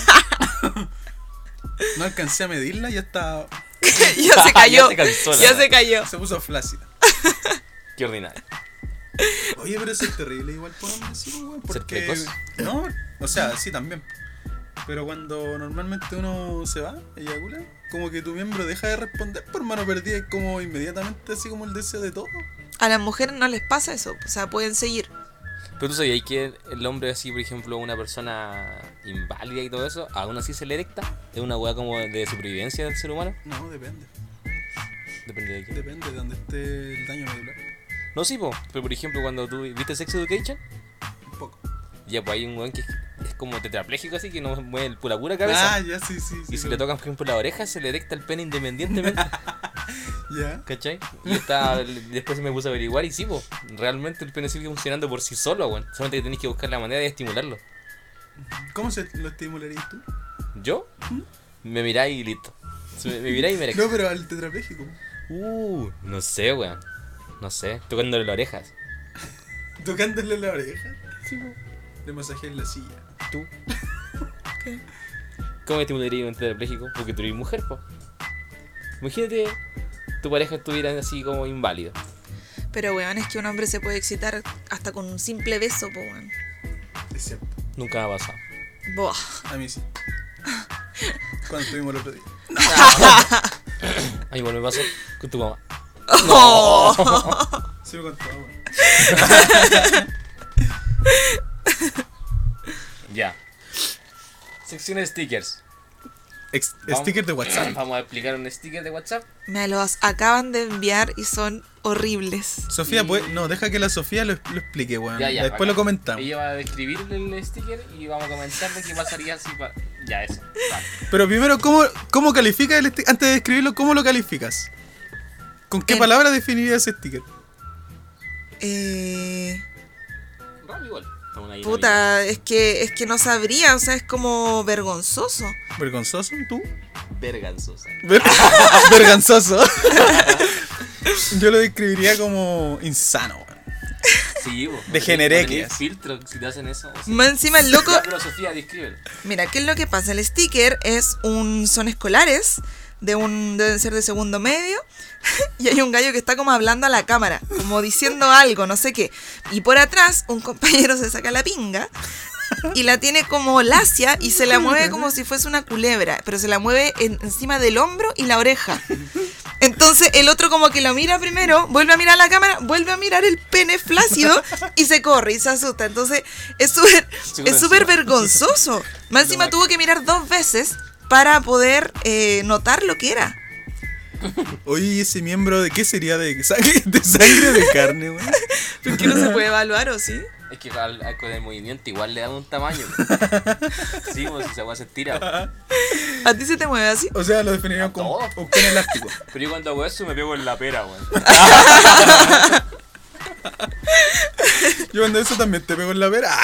No alcancé a medirla, ya está.
Ya se cayó.
Ya se cansó la
Ya
weá.
se cayó.
Se puso flácida.
Qué ordinario.
Oye, pero eso es terrible, igual podemos decirlo, weón.
¿Ser
Porque.
precoz?
No, o sea, sí también. Pero cuando normalmente uno se va, eyacula, como que tu miembro deja de responder por mano perdida y como inmediatamente así como el deseo de todo.
A las mujeres no les pasa eso. O sea, pueden seguir.
Pero tú sabías que el hombre así, por ejemplo, una persona inválida y todo eso, aún así se le erecta. Es una weá como de supervivencia del ser humano.
No, depende.
Depende de qué.
Depende de donde esté el daño medular.
No, sí, po. Pero por ejemplo, cuando tú viste Sex Education,
Un poco.
ya pues hay un weón que es como tetrapléjico así, que no mueve la pura cabeza.
Ah, ya, sí, sí.
Y si le tocan, por ejemplo, la oreja, se le erecta el pene independientemente.
Ya.
¿Cachai? Y después me puse a averiguar y sí, po, realmente el pene sigue funcionando por sí solo, weón. Solamente que tenés que buscar la manera de estimularlo.
¿Cómo se lo estimularías tú?
Yo, me miráis y listo. Me miráis y me erecto.
No, pero al tetrapléjico.
No sé, weón. No sé, tocándole las orejas.
Tocándole la oreja.
Sí, po.
Le masajeas la silla.
¿Tú?
¿Qué?
¿Cómo estimularías un tetrapléjico? Porque tú eres mujer, po. Imagínate, tu pareja estuviera así como inválido.
Pero, weón, es que un hombre se puede excitar hasta con un simple beso, po, weón.
Es cierto.
Nunca me ha pasado.
Buah.
A mí sí. Cuando estuvimos el otro día.
A mí igual me pasó con tu mamá.
Sí me contaba, weón.
Ya. Sección de stickers.
Sticker de WhatsApp.
Vamos a explicar un sticker de WhatsApp.
Me los acaban de enviar y son horribles.
Sofía, pues, no, deja que la Sofía lo explique, weón.
Ya, ya,
Después
bacán.
lo comentamos.
Ella va a describir el sticker y vamos a comentar de qué pasaría si... Ya, eso. Vale.
Pero primero, ¿cómo calificas el sticker? Antes de describirlo, ¿cómo lo calificas? ¿Con qué palabra definirías ese sticker?
Raro igual. Estamos ahí,
Puta, es que no sabría, o sea, es como vergonzoso.
¿Vergonzoso? ¿Tú?
Verganzosa.
Vergonzoso. Yo lo describiría como insano, weón.
Sí, vos.
Degeneré,
No tenés
que es.
filtro si te hacen eso. O sea,
Más encima el loco,
ya, pero Sofía, descríbelo.
mira, ¿qué es lo que pasa? El sticker son escolares, deben ser de segundo medio, y hay un gallo que está como hablando a la cámara, como diciendo algo, no sé qué. Y por atrás, un compañero se saca la pinga y la tiene como lacia y se la mueve como si fuese una culebra, pero se la mueve encima del hombro y la oreja. Entonces el otro como que lo mira primero, vuelve a mirar la cámara, vuelve a mirar el pene flácido y se corre y se asusta. Entonces es súper vergonzoso. Más encima tuvo que mirar 2 veces para poder notar lo que era.
Oye, ¿y ese miembro de qué sería? ¿De sangre, de carne, weón?
¿Por qué no se puede evaluar o sí?
Es que con el movimiento igual le da un tamaño. Sí, pues si esa weá se estira.
¿A ti se te mueve así?
O sea, lo definirían
A
como
todo.
un pene elástico.
Pero yo cuando hago eso me pego en la pera, weón.
Yo cuando eso también te pego en la vera.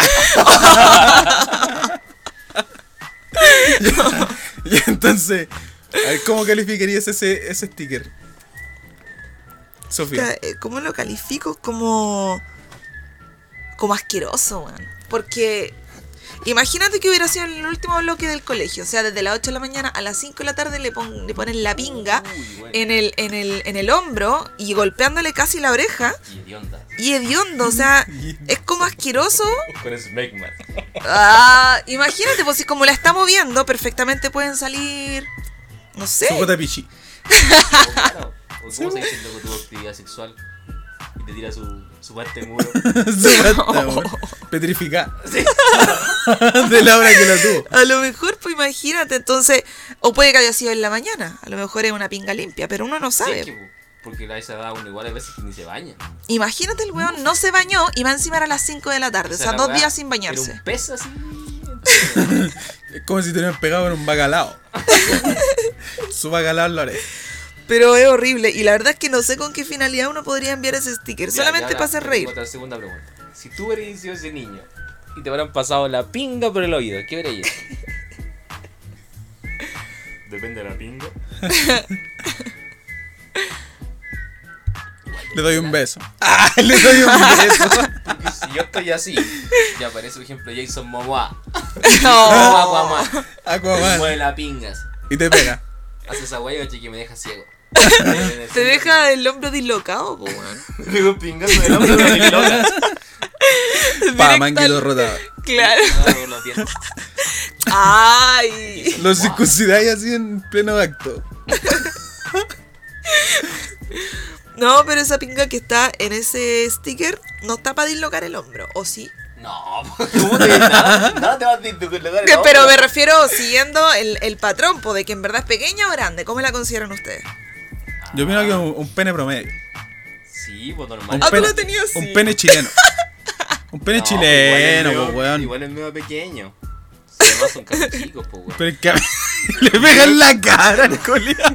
Y entonces, a ver, ¿cómo calificarías ese sticker? Sofía.
¿Cómo lo califico? Como asqueroso, weón. Porque Imagínate que hubiera sido en el último bloque del colegio. O sea, desde las 8 de la mañana a las 5 de la tarde le ponen la pinga
Bueno.
en el hombro y golpeándole casi la oreja.
Y hedionda.
Y hediondo, o sea, es como asqueroso.
Con Smegma.
Imagínate, pues si como la está moviendo, perfectamente pueden salir, no sé.
Su pichi.
Claro. O cómo se dice con tu actividad sexual y te tira su parte muro.
Su pata, weón. Petrificada. De la hora que la tuvo.
A lo mejor, pues imagínate, entonces, o puede que haya sido en la mañana, a lo mejor es una pinga limpia, pero uno no sabe.
Sí, porque a esa edad uno igual hay veces que ni se baña.
Imagínate el weón no se bañó y va encima a las 5 de la tarde, o sea,
la
2
weá
días sin
era
bañarse.
un pez así.
Es como si te hubieran pegado en un bacalao. Su bacalao en la oreja.
Pero es horrible, y la verdad es que no sé con qué finalidad uno podría enviar ese sticker, solamente para hacer reír.
Otra segunda pregunta. Si tú hubieras sido ese niño y te hubieran pasado la pinga por el oído, ¿qué hubieras hecho? Depende de la pinga.
Le doy un beso. Le doy un beso.
Porque si yo estoy así, ya aparece por ejemplo Jason Momoa.
No.
Aquaman.
Aquaman.
Mueve la pingas.
Y te pega.
Hace esa huella que me deja ciego.
Te deja el hombro dislocado, po, weón.
Me pego un pingazo del hombro de mi loca.
Pa, manguito rotado.
Claro.
No, los dientes.
Ay.
Lo circuncidáis así en pleno acto.
No, pero esa pinga que está en ese sticker no está para dislocar el hombro, ¿o sí?
No, ¿cómo te nada te vas a dislocar el
Pero me
hombro?
refiero siguiendo el patrón, po, de que en verdad es pequeña o grande. ¿Cómo la consideran ustedes?
Yo opino que un pene promedio.
Sí, pues normal.
Ah, tú lo tenías así.
Un pene chileno. Un pene
No,
chileno,
igual
pues, weón.
Igual es medio pequeño. Además son casi chicos, pues, weón.
Pero es que le pegan la cara al culiao.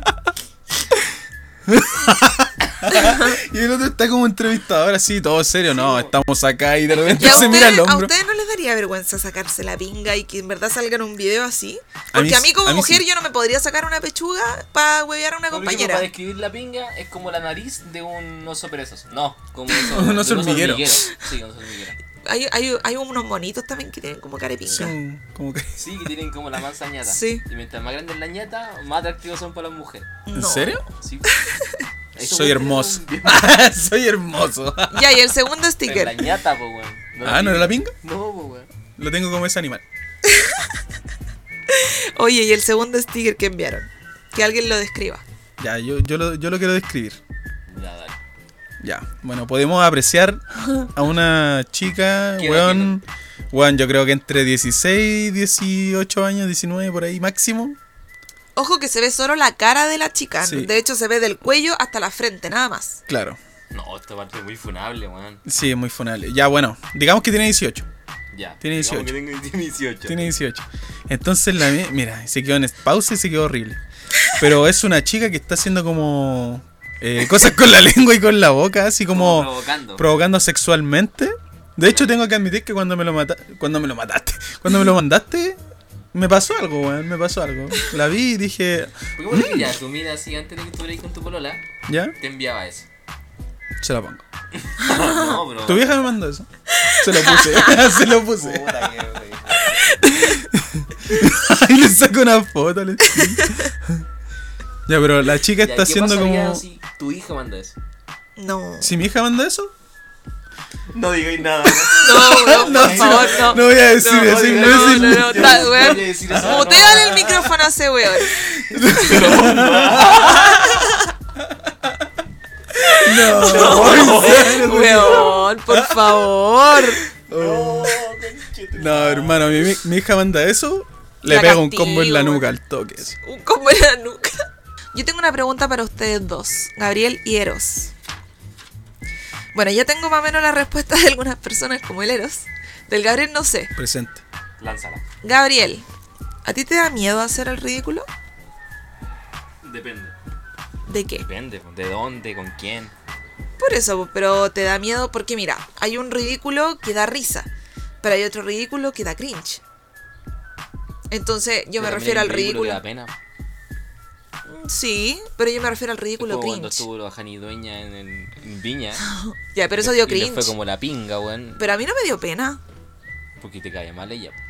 Y el otro está como entrevistador así, todo serio. No, estamos acá y de repente
¿Y a
se mira el
ustedes, a
hombro.
ustedes no les daría vergüenza sacarse la pinga y que en verdad salga en un video así?
A mí
Porque a mí como
a mí
mujer
sí.
yo no me podría sacar una pechuga para huevear a una
Por ejemplo,
compañera.
para describir la pinga es como la nariz de un oso perezoso. No, como eso,
Un
de
oso hormiguero.
Sí, un oso hormiguero.
Hay unos monitos también que tienen como cara de pinga.
Son como que...
Sí, que tienen como la mansa ñata.
Sí.
Y mientras más grande es la ñata, más atractivos son para las mujeres.
¿En
No.
serio?
Sí.
Soy hermoso. Soy hermoso.
Ya, y el segundo
Pero la
sticker.
ñata, pues, weón.
¿No era la pinga?
No, pues, weón.
Lo tengo como ese animal.
Oye, y el segundo sticker que enviaron. Que alguien lo describa.
Ya, yo lo quiero describir.
Ya, dale.
Ya, bueno, podemos apreciar a una chica,
¿Qué edad
weón, yo creo que entre 16, 18 años, 19 por ahí máximo.
Ojo que se ve solo la cara de la chica.
Sí.
De hecho, se ve del cuello hasta la frente, nada más.
Claro,
No, esta parte es muy funable, weón.
sí, es muy funable. Ya, bueno, digamos que tiene 18.
Ya.
Tiene
digamos
18.
que tiene 18.
Tiene 18. Entonces, mira, se quedó en pausa y se quedó horrible. Pero es una chica que está haciendo como cosas con la lengua y con la boca, así como provocando sexualmente. De hecho, tengo que admitir que cuando me lo mandaste, me pasó algo, weón, me pasó algo. La vi y dije,
Porque vos te ya, tú mira así antes de que estuvieras con tu polola,
¿ya?
te enviaba eso.
Se la pongo.
No, pero.
Tu vieja me mandó eso. Se lo puse, se lo puse.
Puta que, wey.
Ahí le saco una foto. Ya, pero la chica
Ya,
está
¿qué
haciendo
pasaría
como...
si tu hija manda eso?
No.
Si mi hija manda eso,
No digáis nada.
No, weón, por favor, no.
no voy a decir
No,
eso,
no, está, weón.
Voy a decir eso,
Muteale el micrófono a ese weón. Weón, por favor.
No, hermano, mi hija manda eso, le
La
pega un
castigo,
combo en la
weón.
nuca al toque. Así.
Un combo en la nuca. Yo tengo una pregunta para ustedes dos, Gabriel y Eros. Bueno, ya tengo más o menos la respuesta de algunas personas como el Eros. Del Gabriel no sé.
Presente.
Lánzala.
Gabriel, ¿a ti te da miedo hacer el ridículo?
Depende.
¿De qué?
Depende. ¿De dónde? ¿Con quién?
Por eso, pero te da miedo porque mira, hay un ridículo que da risa, pero hay otro ridículo que da cringe. Entonces yo me
Pero
refiero al
también hay un
ridículo.
que da pena.
Sí, pero yo me refiero al
Es
ridículo
como cuando
cringe.
estuvo la Jani Dueña en Viña.
Ya, pero eso dio
Y le fue
cringe.
como la pinga, weón.
Pero a mí no me dio pena.
Porque te cae mal ella.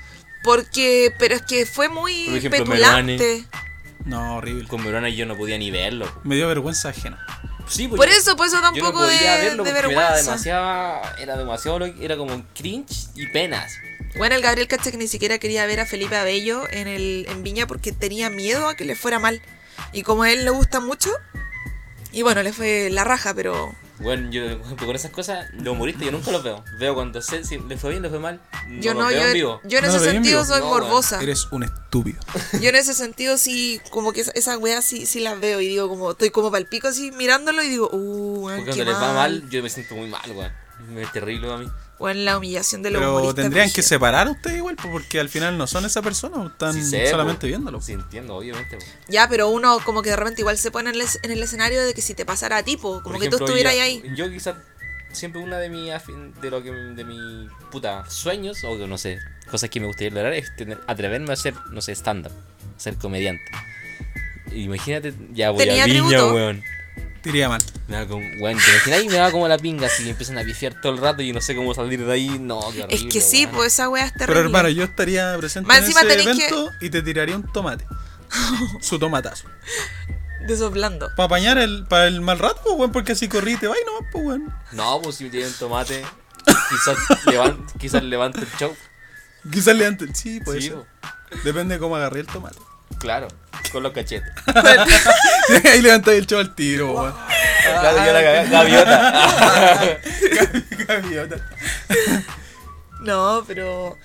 Pero es que fue muy
Por ejemplo,
petulante.
No, horrible.
Con Verona yo no podía ni verlo.
Me dio vergüenza ajena.
Sí, pues
Por
yo-
eso da un
yo no
poco
podía verlo
de
porque me daba
vergüenza.
era demasiado, era como cringe y penas.
Bueno, el Gabriel cacha que ni siquiera quería ver a Felipe Abello en Viña porque tenía miedo a que le fuera mal. Y como a él le gusta mucho, y bueno, le fue la raja, pero...
Bueno, yo, por ejemplo, con esas cosas, los humoristas yo nunca los veo. Veo cuando sé si le fue bien, le fue mal. No
Yo
los
no,
veo en vivo.
yo en
¿No
ese
lo veis en
sentido
vivo?
soy
No,
morbosa.
Eres un estúpido.
Yo en ese sentido sí, como que esas weas sí las veo y digo como, estoy como palpico así mirándolo y digo, weón,
Porque
qué
cuando les va
mal.
mal, yo me siento muy mal, weón. Es terrible a mí.
Weón, la humillación de los
Pero
humoristas.
tendrían que
brígido.
separar ustedes igual, porque al final no son esa persona, están
Sí sé,
solamente
po.
viéndolo.
Sí, entiendo, obviamente. Po.
Ya, pero uno como que de repente igual se pone en el escenario de que si te pasara a ti, po, como
Por
que tú
ejemplo,
estuvieras
ya-
ahí.
Yo quizás siempre una de mis de mi puta sueños o no sé, cosas que me gustaría lograr es atreverme a hacer, no sé, stand up, ser comediante. Imagínate, ya voy
Tenía
a Viña,
tributo.
weón.
Diría mal.
Me da como, weón, ¿te imaginas? Y me da como la pinga si empiezan a pifiar todo el rato y no sé cómo salir de ahí. No, qué horrible,
Es que sí,
weón.
pues esa wea es terrible.
Pero hermano, yo estaría presente
Más
en
encima
ese
tenéis
evento y te tiraría un tomate. Su tomatazo.
Desoblando.
Para apañar para el mal rato, pues, weón, porque así corrí y te vas y no, pues, weón.
No, pues si me tienen tomate, quizás levanto el show.
Quizás le antes. Sí, puede
Sí,
ser.
po.
Depende de cómo agarré el tomate.
Claro, con los cachetes.
Ahí levantáis el show al tiro, weón.
Claro, yo la gaviota.
Gaviota.
No, pero...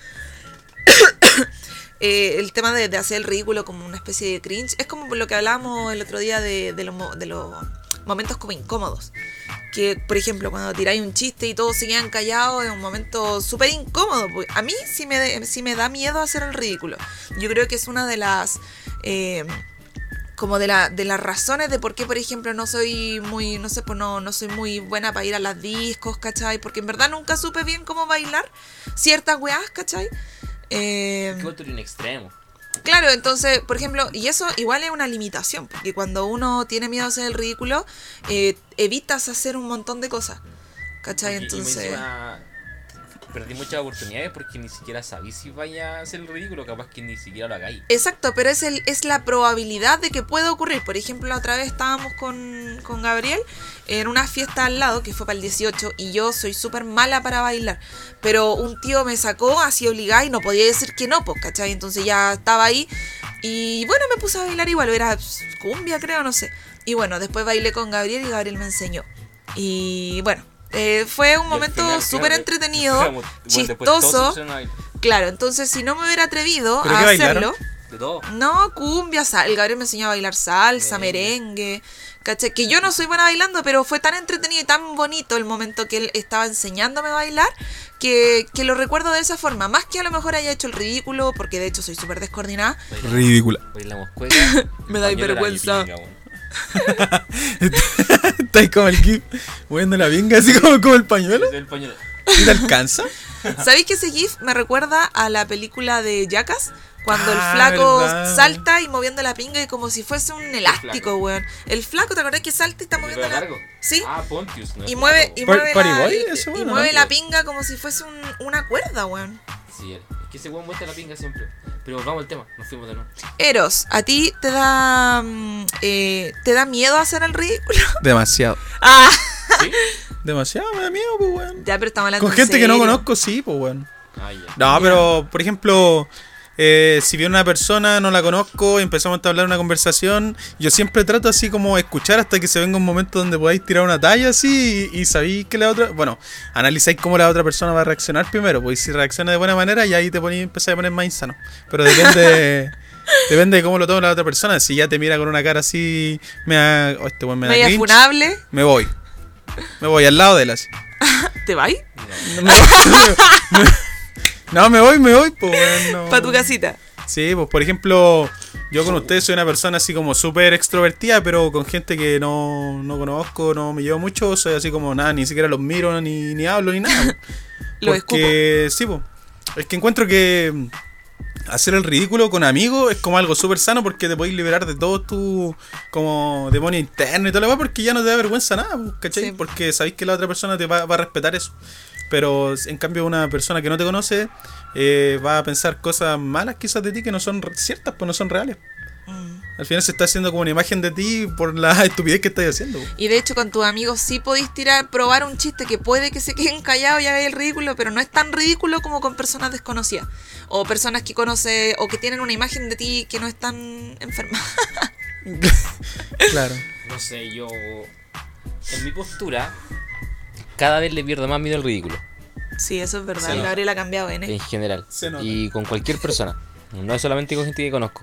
el tema de hacer el ridículo como una especie de cringe es como lo que hablábamos el otro día de los momentos como incómodos. Que, por ejemplo, cuando tiráis un chiste y todos se quedan callados es un momento súper incómodo. A mí sí me da miedo hacer el ridículo. Yo creo que es una de las... como de las razones de por qué, por ejemplo, no soy muy, no sé, pues no soy muy buena para ir a las discos, ¿cachai? Porque en verdad nunca supe bien cómo bailar ciertas weás, ¿cachai?
Qué otro en extremo.
Claro, entonces, por ejemplo, y eso igual es una limitación, porque cuando uno tiene miedo a hacer el ridículo, evitas hacer un montón de cosas, ¿cachai?
Y
Entonces...
encima perdí muchas oportunidades porque ni siquiera sabí si vaya a hacer el ridículo, capaz que ni siquiera lo hagáis.
Exacto, pero es la probabilidad de que pueda ocurrir. Por ejemplo, la otra vez estábamos con Gabriel en una fiesta al lado, que fue para el 18, y yo soy súper mala para bailar. Pero un tío me sacó así obligada y no podía decir que no, pues, ¿cachai? Entonces ya estaba ahí y bueno, me puse a bailar igual, era cumbia creo, no sé. Y bueno, después bailé con Gabriel y Gabriel me enseñó. Y bueno, fue un momento súper entretenido, chistoso. Claro, entonces si no me hubiera atrevido
¿Pero
a
qué bailaron?
hacerlo...
De todo.
No, cumbia, el Gabriel me enseñó a bailar salsa, merengue, ¿cachai? Que yo no soy buena bailando, pero fue tan entretenido y tan bonito el momento que él estaba enseñándome a bailar, que lo recuerdo de esa forma. Más que a lo mejor haya hecho el ridículo, porque de hecho soy súper descoordinada.
Ridícula.
Bailamos cueca.
Me dais
Española
vergüenza.
y pinga, weón.
Estáis como el GIF, moviendo la vinga, así como el pañuelo.
El pañuelo.
¿Y te alcanza?
¿Sabéis que ese GIF me recuerda a la película de Jackass? Cuando el
Ah,
flaco
verdad.
salta y moviendo la pinga y como si fuese un elástico, weón. El flaco, ¿te acordás que salta y está
¿De
moviendo
pelo
la...
largo?
Sí.
Ah, Pontius. No
Y
es
mueve,
flaco,
y
weón.
mueve,
Party
la,
Boy,
y-
ese
y
bueno,
mueve
¿no?
la pinga como si fuese una cuerda, weón.
Sí, es que ese weón muestra la pinga siempre. Pero volvamos al tema, nos fuimos de nuevo.
Eros, ¿a ti te da miedo hacer el ridículo?
Demasiado.
Ah,
¿Sí?
Demasiado, me da miedo, pues, weón.
ya, pero estamos hablando
Con
en
gente que no
serio.
conozco, sí, pues, weón.
Ah, ya.
No,
Ya.
pero, por ejemplo, si viene una persona, no la conozco, empezamos a entablar una conversación, yo siempre trato así como escuchar hasta que se venga un momento donde podáis tirar una talla así y sabéis que la otra... Bueno, analizáis cómo la otra persona va a reaccionar primero, pues si reacciona de buena manera y ahí te empezáis a poner más insano. Pero depende... Depende de cómo lo tome la otra persona. Si ya te mira con una cara así, este weón me da
Media
cringe,
funable,
me voy. Me voy al lado de él así.
¿te vais?
No, me voy, pues, weón, no.
Pa' tu casita.
Sí, pues por ejemplo, yo con ustedes soy una persona así como súper extrovertida, pero con gente que no conozco, no me llevo mucho, soy así como nada, ni siquiera los miro, ni hablo, ni nada.
Lo escupo.
Porque sí, pues, es que encuentro que hacer el ridículo con amigos es como algo súper sano porque te podéis liberar de todo tu como demonio interno y todo lo demás porque ya no te da vergüenza nada, pues, ¿cachai?
Sí.
Porque sabéis que la otra persona te va a respetar eso. pero en cambio una persona que no te conoce va a pensar cosas malas quizás de ti que no son ciertas, pues no son reales. Al final se está haciendo como una imagen de ti por la estupidez que estás haciendo.
Y de hecho con tus amigos sí podéis probar un chiste que puede que se queden callados y hagáis el ridículo, pero no es tan ridículo como con personas desconocidas. O personas que conoces o que tienen una imagen de ti que no es tan enferma.
Claro.
No sé, yo... En mi postura, cada vez le pierdo más miedo al ridículo.
Sí, eso es verdad.
Sí,
Y
no.
Gabriel ha cambiado, ¿eh?
En general.
Se nota.
Y con cualquier persona. No es solamente con gente que conozco.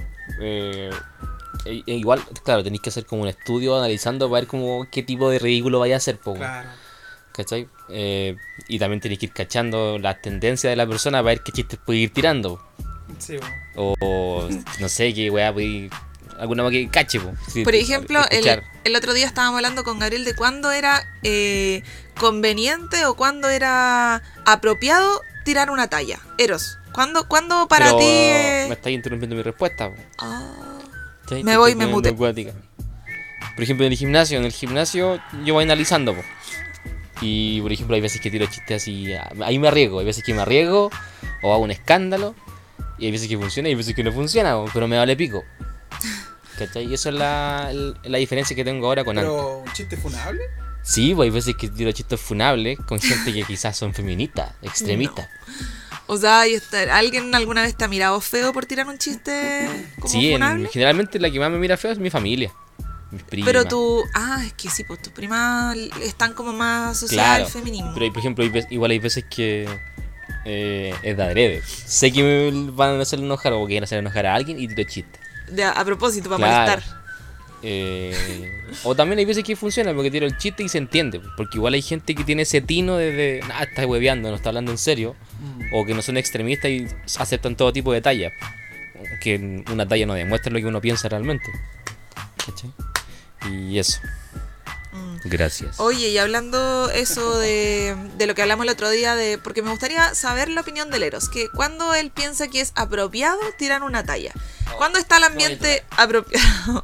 Igual, claro, tenéis que hacer como un estudio analizando para ver como qué tipo de ridículo vaya a hacer, po,
Claro.
¿cachai? Y también tenéis que ir cachando las tendencias de la persona para ver qué chistes puede ir tirando.
Sí, bueno.
O no sé, qué weá puede ir... Alguna más que cache, po. Sí,
Por ejemplo,
escuchar.
el otro día estábamos hablando con Gabriel de cuándo era conveniente o cuándo era apropiado tirar una talla. Eros, ¿cuándo para
Pero
ti
me estáis interrumpiendo mi respuesta, po. ¿Cachai?
Me
Te
voy,
estoy
me
poniendo
mute.
acuática. Por ejemplo, en el gimnasio yo voy analizando, po. Y por ejemplo hay veces que tiro chistes así, ahí me arriesgo, hay veces que me arriesgo o hago un escándalo, y hay veces que funciona y hay veces que no funciona, po, pero me vale pico. ¿Cachai? Y eso es la diferencia que tengo ahora con antes.
¿Pero un chiste funable?
Sí, pues hay veces que tiro chistes funables con gente que quizás son feministas, extremistas.
O sea, ¿alguien alguna vez te ha mirado feo por tirar un chiste como
Sí,
funable?
generalmente la que más me mira feo es mi familia, mis primas.
Pero tú... Ah, es que sí, pues tus primas están como más asociadas
Claro,
al feminismo.
pero por ejemplo, igual hay veces que es de adrede. Sé que me van a hacer enojar o que quieren hacer enojar a alguien y tiro chistes.
A propósito, para
Claro.
molestar.
O también hay veces que funciona porque tiro el chiste y se entiende. Porque igual hay gente que tiene ese tino de está hueveando, no está hablando en serio. O que no son extremistas y aceptan todo tipo de tallas. Que una talla no demuestra lo que uno piensa realmente. ¿Cachai? Y eso. Gracias.
Oye, y hablando eso de lo que hablamos el otro día, porque me gustaría saber la opinión del Eros, que cuando él piensa que es apropiado tirar una talla. ¿Cuándo está el ambiente apropiado?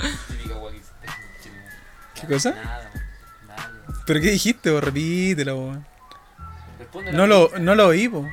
¿Qué cosa? ¿Pero qué dijiste, vos? Repítelo, weón. No lo oí, po.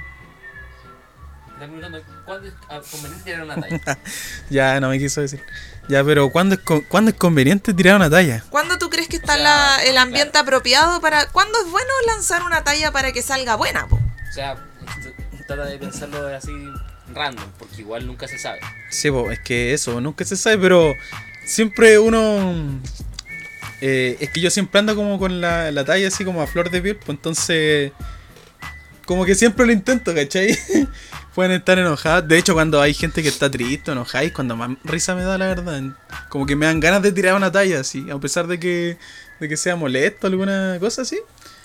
¿Cuándo es conveniente tirar una talla?
Ya, no me quiso decir. Ya, pero ¿cuándo es conveniente tirar una talla?
¿Cuándo tú crees que está
O sea,
el ambiente apropiado para... ¿Cuándo es bueno lanzar una talla para que salga buena, po?
O sea, trata de pensarlo así random, porque igual nunca se sabe.
Sí, po, es que eso, nunca se sabe, pero siempre uno... es que yo siempre ando como con la talla así como a flor de piel, pues entonces... Como que siempre lo intento, ¿cachai? Pueden estar enojados. De hecho, cuando hay gente que está triste, enojada, es cuando más risa me da, la verdad. Como que me dan ganas de tirar una talla así, a pesar de que sea molesto, alguna cosa así.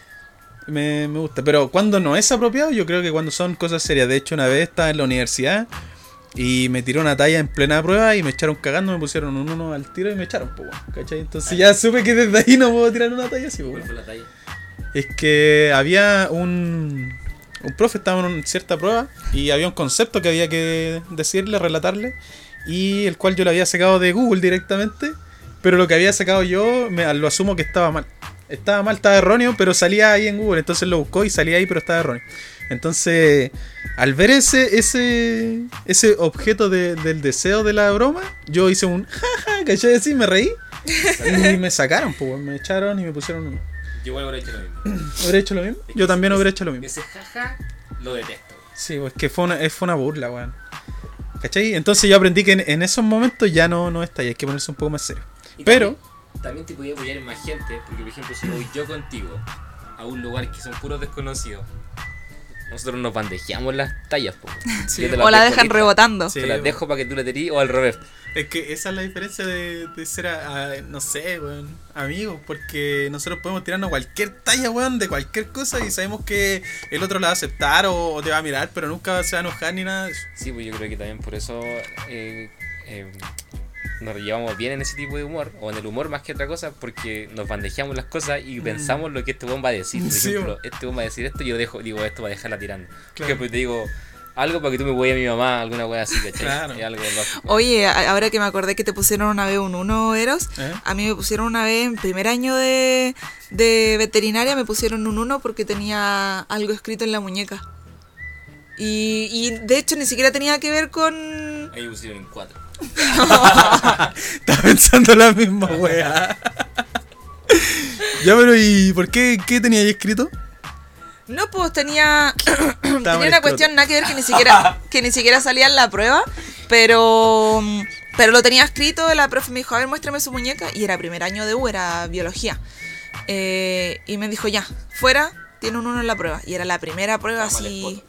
Me gusta. Pero cuando no es apropiado, yo creo que cuando son cosas serias. De hecho, una vez estaba en la universidad y me tiré una talla en plena prueba y me echaron cagando, me pusieron un 1 al tiro y me echaron, pues, ¿cachai? Entonces ya supe que desde ahí no puedo tirar una talla así, pues.
¿Cuál fue la talla?
Es que había un profe, estaba en cierta prueba y había un concepto que había que decirle, relatarle, y el cual yo lo había sacado de Google directamente, pero lo que había sacado yo lo asumo que estaba mal. Estaba erróneo, pero salía ahí en Google, entonces lo buscó y salía ahí, pero estaba erróneo. Entonces, al ver ese objeto del deseo de la broma, yo hice un jaja, ¿cachai? Así, me reí y me sacaron, pues, me echaron y me pusieron uno.
Yo igual hubiera hecho lo mismo.
¿Hubiera hecho lo mismo? Yo también hubiera hecho lo mismo.
Ese jaja lo detesto.
Sí, pues que fue una burla, weón. ¿Cachai? Entonces yo aprendí que en esos momentos ya no está, y hay que ponerse un poco más serio.
Y
Pero...
También te podía apoyar en más gente, porque por ejemplo si voy yo contigo a un lugar que son puros desconocidos, nosotros nos bandejeamos las tallas, po.
Sí.
Yo te
O la
dejo
dejan
listas.
rebotando.
Sí.
Te las dejo para que tú la tirís o al revés.
Es que esa es la diferencia de ser, no sé, weón, amigos, porque nosotros podemos tirarnos cualquier talla, weón, de cualquier cosa y sabemos que el otro la va a aceptar o te va a mirar, pero nunca se va a enojar ni nada de eso.
Sí, pues yo creo que también por eso nos llevamos bien en ese tipo de humor, o en el humor más que otra cosa, porque nos bandejeamos las cosas y pensamos lo que este weón va a decir. Por
Sí,
ejemplo, este weón va a decir esto y yo digo esto va a dejarla tirando. Por
Claro.
ejemplo, te digo, Algo para que tú me voy a mi mamá, alguna wea así, ¿cachai?
Claro.
Es algo lógico.
Oye, ahora que me acordé que te pusieron una vez un 1, Eros, a mí me pusieron una vez en primer año de veterinaria, me pusieron un 1 porque tenía algo escrito en la muñeca. Y de hecho ni siquiera tenía que ver con...
Ahí me pusieron en 4.
Estaba pensando la misma wea. Ya, pero ¿y por qué? ¿Qué tenía ahí escrito?
No, pues tenía
mal
una
escrito.
cuestión nada que ver que ni siquiera salía en la prueba, pero lo tenía escrito, la profe me dijo, a ver, muéstrame su muñeca, y era primer año de U, era biología. Y me dijo, ya, fuera, tiene un 1 en la prueba. Y era la primera prueba así...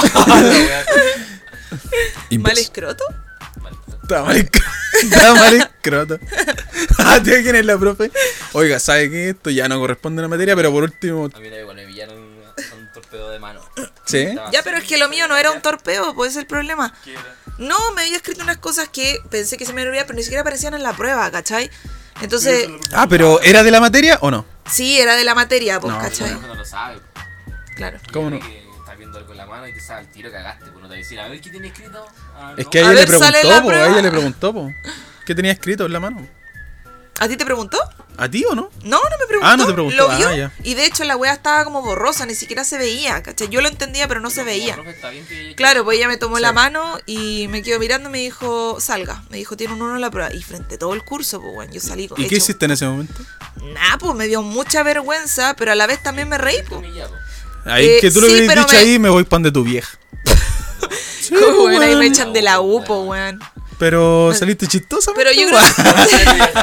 ¿Mal escroto?
Estaba mal escroto. ¿Tío quién es la profe? Oiga, ¿sabe qué? Esto ya no corresponde a la materia, pero por último...
A mí también cuando me pillaron un torpedo de mano.
¿Sí?
Ya, pero es que lo mío no era un torpeo, pues ese es el problema.
¿Qué era?
No, me había escrito unas cosas que pensé que se me olvidaba, pero ni siquiera aparecían en la prueba, ¿cachai? Entonces,
Ah, pero ¿era de la materia o no?
sí, era de la materia, pues,
No,
¿cachai?
No lo sabe.
Claro.
¿Cómo no?
Que estás viendo algo en la mano y te sale el tiro, cagaste. Pues no te decir, a ver qué tiene escrito. Ah,
Es
no.
que a
A
ella le
ver, sale
preguntó,
la
po, a
prueba.
ella le preguntó, po. ¿Qué tenía escrito en la mano?
¿A ti te preguntó?
¿A ti o no?
No, no me preguntó.
Ah, no te preguntó.
Lo vio.
Ah, ya.
Y de hecho la weá estaba como borrosa, ni siquiera se veía, ¿cachai? Yo lo entendía, pero no se veía.
Profe, está bien que haya hecho-
Claro, pues ella me tomó
Sí.
la mano y me quedó mirando y me dijo, salga. Me dijo, tiene un 1 en la prueba. Y frente a todo el curso, pues bueno, yo salí con
¿Y qué hiciste en ese momento?
Nah, pues me dio mucha vergüenza, pero a la vez también me reí, pues.
Comilla, po.
Ahí que tú lo
sí,
hubieras
pero
dicho ahí, me voy pan de tu vieja. Sí,
Como,
po,
weón, ahí me
weón.
echan de la U, pues, weón.
Pero saliste chistosa.
Pero yo
po,
creo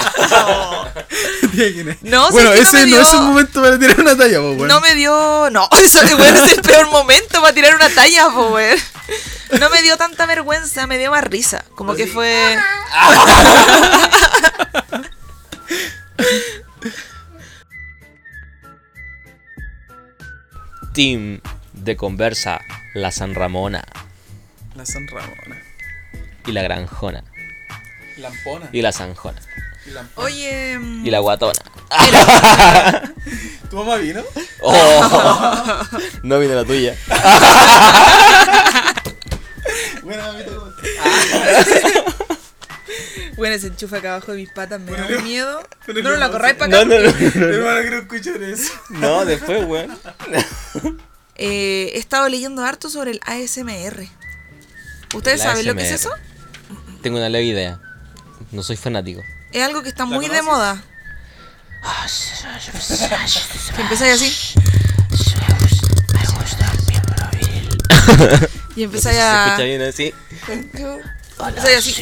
Tía, ¿quién es?
No,
bueno,
sí, es que
ese
no me
no es
dio-
un momento para tirar una talla, po, weón.
no me dio... No, eso weón, es el peor momento para tirar una talla, pues, weón. No me dio tanta vergüenza, me dio más risa. Como que fue...
Team de Conversa, la San Ramona
La San Ramona.
y la Granjona
Lampona.
y la Sanjona
Oye...
y la Guatona.
¿Tu mamá vino?
Oh, no vino la tuya.
Bueno, mamita, ¿cómo estás?
Bueno, se enchufa acá abajo de mis patas, me da
Bueno,
un miedo.
bueno,
No, no la
no,
corráis para acá.
No, no,
porque-
no.
Hermano, quiero escuchar eso.
No, después, weón.
He estado leyendo harto sobre el ASMR. ¿Ustedes
El
saben lo que es eso?
ASMR. Tengo una leve idea. No soy fanático.
Es algo que está
¿La
muy de
conoces?
moda. Que empezáis así. Y empezáis
¿Se
a...
escucha bien así?
Empezáis así.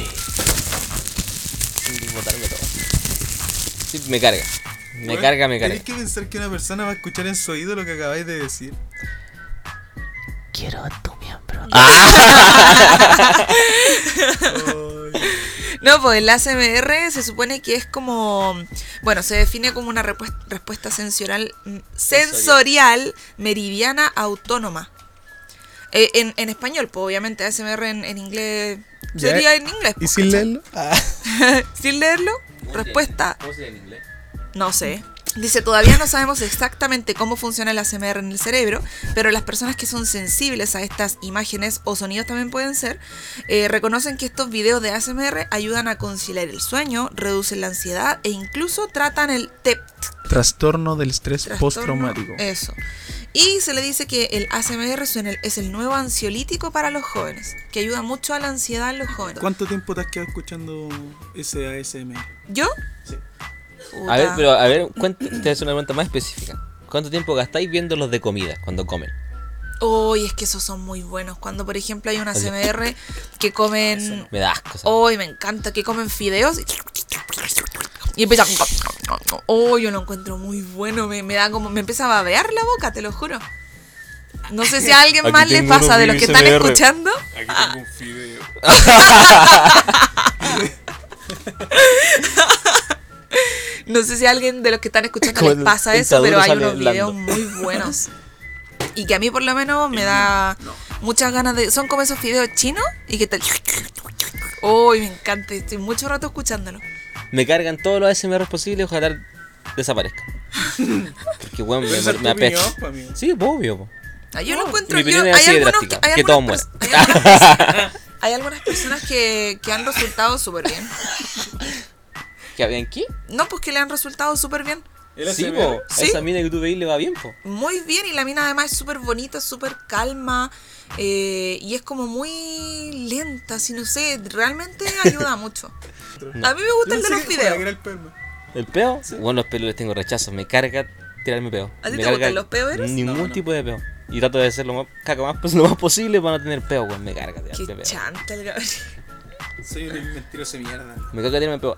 Sin botarme todo. Sí, me carga. Me carga.
Tenéis que pensar que una persona va a escuchar en su oído lo que acabáis de decir.
Quiero tu miembro.
No, pues el ASMR se supone que es como... Bueno, se define como una respuesta sensorial meridiana autónoma. En español, pues obviamente ASMR en inglés...
Ya,
Sería en inglés.
¿Y
pues,
sin
¿cachai?
leerlo?
Sin leerlo, respuesta...
¿Cómo se llama en inglés?
No sé. Dice, todavía no sabemos exactamente cómo funciona el ASMR en el cerebro, pero las personas que son sensibles a estas imágenes o sonidos también pueden ser, reconocen que estos videos de ASMR ayudan a conciliar el sueño, reducen la ansiedad e incluso tratan el TEP.
Trastorno del estrés
trastorno-
postraumático.
Eso. Y se le dice que el ASMR es el nuevo ansiolítico para los jóvenes, que ayuda mucho a la ansiedad en los jóvenes.
¿Cuánto tiempo te has quedado escuchando ese ASMR?
¿Yo?
Sí.
A ver,
Puta.
pero a ver, te voy a hacer una pregunta más específica. ¿Cuánto tiempo gastáis viendo los de comida cuando comen?
Uy, es que esos son muy buenos. Cuando, por ejemplo, hay una ASMR que comen...
Me da asco. ¿sabes?
Uy, me encanta que comen fideos y empiezan... Uy, yo lo encuentro muy bueno. Me da como... Me empieza a babear la boca, te lo juro. No sé si a alguien
Aquí
más le
tengo
pasa
unos
de los que están
ASMR.
escuchando.
Aquí tengo un fideo.
No sé si a alguien de los que están escuchando
Como
les pasa
el
eso, pero hay
sale
unos videos
blando.
muy buenos. Y que a mí por lo menos me da muchas ganas de... Son como esos videos chinos y que tal... Uy, me encanta. Estoy mucho rato escuchándolo.
Me cargan todos los ASMR posibles, ojalá desaparezcan. Porque, weón, me apesta. Sí, pues, obvio. Po.
Yo lo encuentro.
Mi opinión es
Hay
así de
algunos
drástica, que todos mueran.
Hay algunas personas que han resultado súper bien.
¿Que habían qué?
No, pues que le han resultado súper bien.
Sí, po.
Sí.
A esa mina que tú veis le va bien, po.
Muy bien, y la mina además es súper bonita, súper calma, y es como muy lenta, así no sé, realmente ayuda mucho. A mí me gusta el de los videos.
¿El peo? Sí. Bueno, los pelos les tengo rechazo. Me carga tirarme peo.
¿A ti
me
te gustan los peos, Eros?
Ningún tipo de peo. Y trato de hacer lo más posible para no tener peo, weón. Me carga tirarme
Qué
peo.
chanta el Gabriel.
Soy un mentiroso de mierda.
Me carga tirarme peo.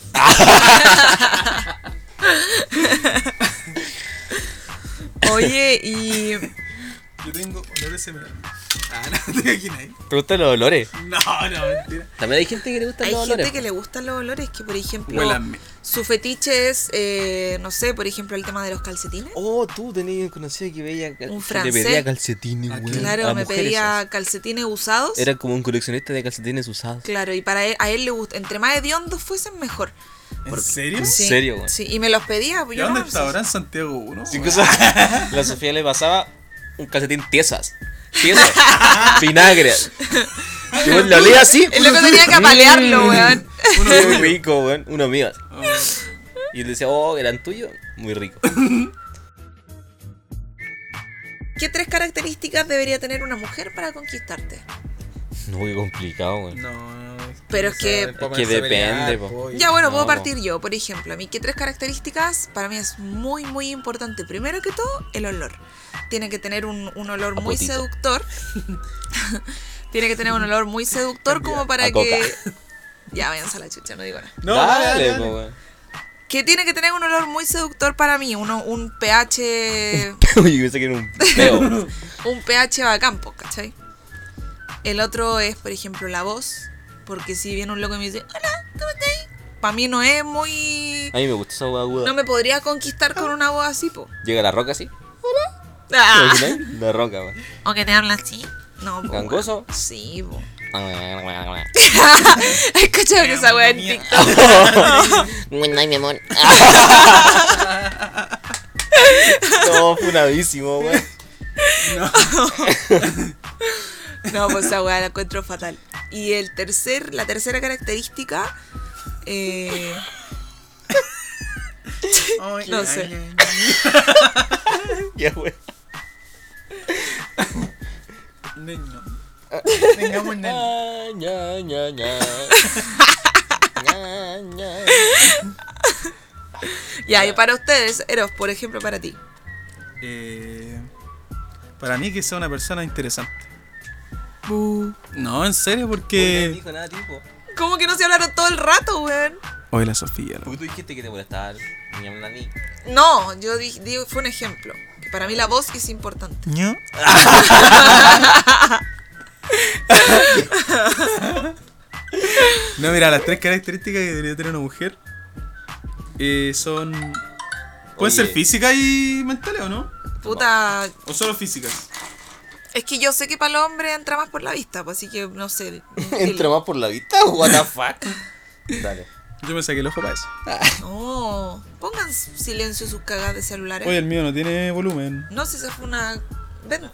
Oye, y...
Yo tengo olores de mierda. No te imaginas.
¿Te gustan los olores?
No, mentira.
También hay gente que le gustan
hay
los
gente
olores.
que le gustan los olores, que por ejemplo,
Huélanme.
su fetiche es, no sé, por ejemplo, el tema de los calcetines.
Oh, tú tenías un conocido que veía
Un
le
francés.
pedía calcetines,
¿A
weón.
quién?
Claro,
A
me
mujeres,
pedía calcetines usados.
Era como un coleccionista de calcetines usados.
Claro, y para él, a él le gusta, entre más hediondos fuesen, mejor.
¿En serio?
¿En
Sí,
serio, güey?
Sí, y me los pedía. Pues
¿Y
yo
dónde
no
está
sé.
ahora? En Santiago 1.
Incluso la Sofía le pasaba un calcetín tiesas. Tiesas. Vinagre. Y bueno, lo olía así.
El loco tenía que apalearlo, weón.
Uno
Muy
tuyo.
rico, weón. Uno mío.
Oh.
Y él decía, oh, eran tuyos. Muy rico.
¿Qué 3 características debería tener una mujer para conquistarte?
No, qué complicado, weón.
No,
Pero es que-
es
que depende, po.
Ya, bueno, puedo
No,
partir yo. Por ejemplo, a mí, ¿qué 3 características? Para mí es muy, muy importante. Primero que todo, el olor. Tiene que tener un olor
A
muy
potito.
seductor. Tiene que tener un olor muy seductor como para
A
que... Ya, váyanse a la chucha, no digo nada.
No,
dale, po, weón.
Que tiene que tener un olor muy seductor para mí. Un pH...
Oye, pensé que era un peo.
un pH bacán, po, ¿cachai? El otro es, por ejemplo, la voz. Porque si viene un loco y me dice, hola, ¿cómo estás? Para mí no es muy...
A mí me gusta esa hueá aguda.
No me podría conquistar con una voz así, po.
Llega la roca así.
Ah.
¿Te imaginas? La roca, weón.
O que te hablan así. No, po.
¿Gangoso?
weón. Sí, po.
No,
Hay cachado que esa wea en
mía.
TikTok.
mi amor. No, funadísimo, weón.
No, pues esa wea la encuentro fatal. Y la tercera característica, no sé.
Ya, weón.
Niño. Tengamos nene.
Ña, ña, ña. Ña, ña.
Ya, y para ustedes, Eros, por ejemplo, para ti.
Para mí que sea una persona interesante. No, en serio,
No
porque...
dijo nada, tipo.
¿Cómo que no se hablaron todo el rato, weón?
Hoy la Sofía.
Porque tú dijiste que te molestaba. Me llaman a mí.
No, yo digo, fue un ejemplo. Que para mí la voz es importante.
¿No? No, mira, las 3 características que debería tener una mujer son... Pueden
Oye.
ser físicas y mentales, ¿o no?
Puta,
¿O solo físicas?
es que yo sé que para el hombre entra más por la vista, pues así que no sé.
¿Entra más por la vista? What the fuck? Dale.
Yo me saqué el ojo para eso.
No, pongan silencio sus cagadas de celulares.
Oye, el mío no tiene volumen.
No, si esa fue una venta.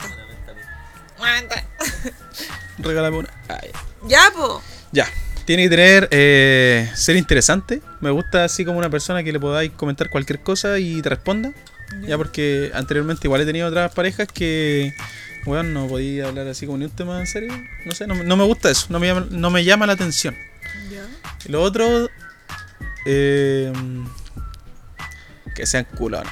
Regálame una.
Ya, po.
Ya. Tiene que tener... ser interesante. Me gusta así como una persona que le podáis comentar cualquier cosa y te responda. Ya porque anteriormente igual he tenido otras parejas que... Weón, no podía hablar así como ni un tema en serio. No sé, no me gusta eso. No me llama la atención.
Ya.
Y lo otro... que sean culonas.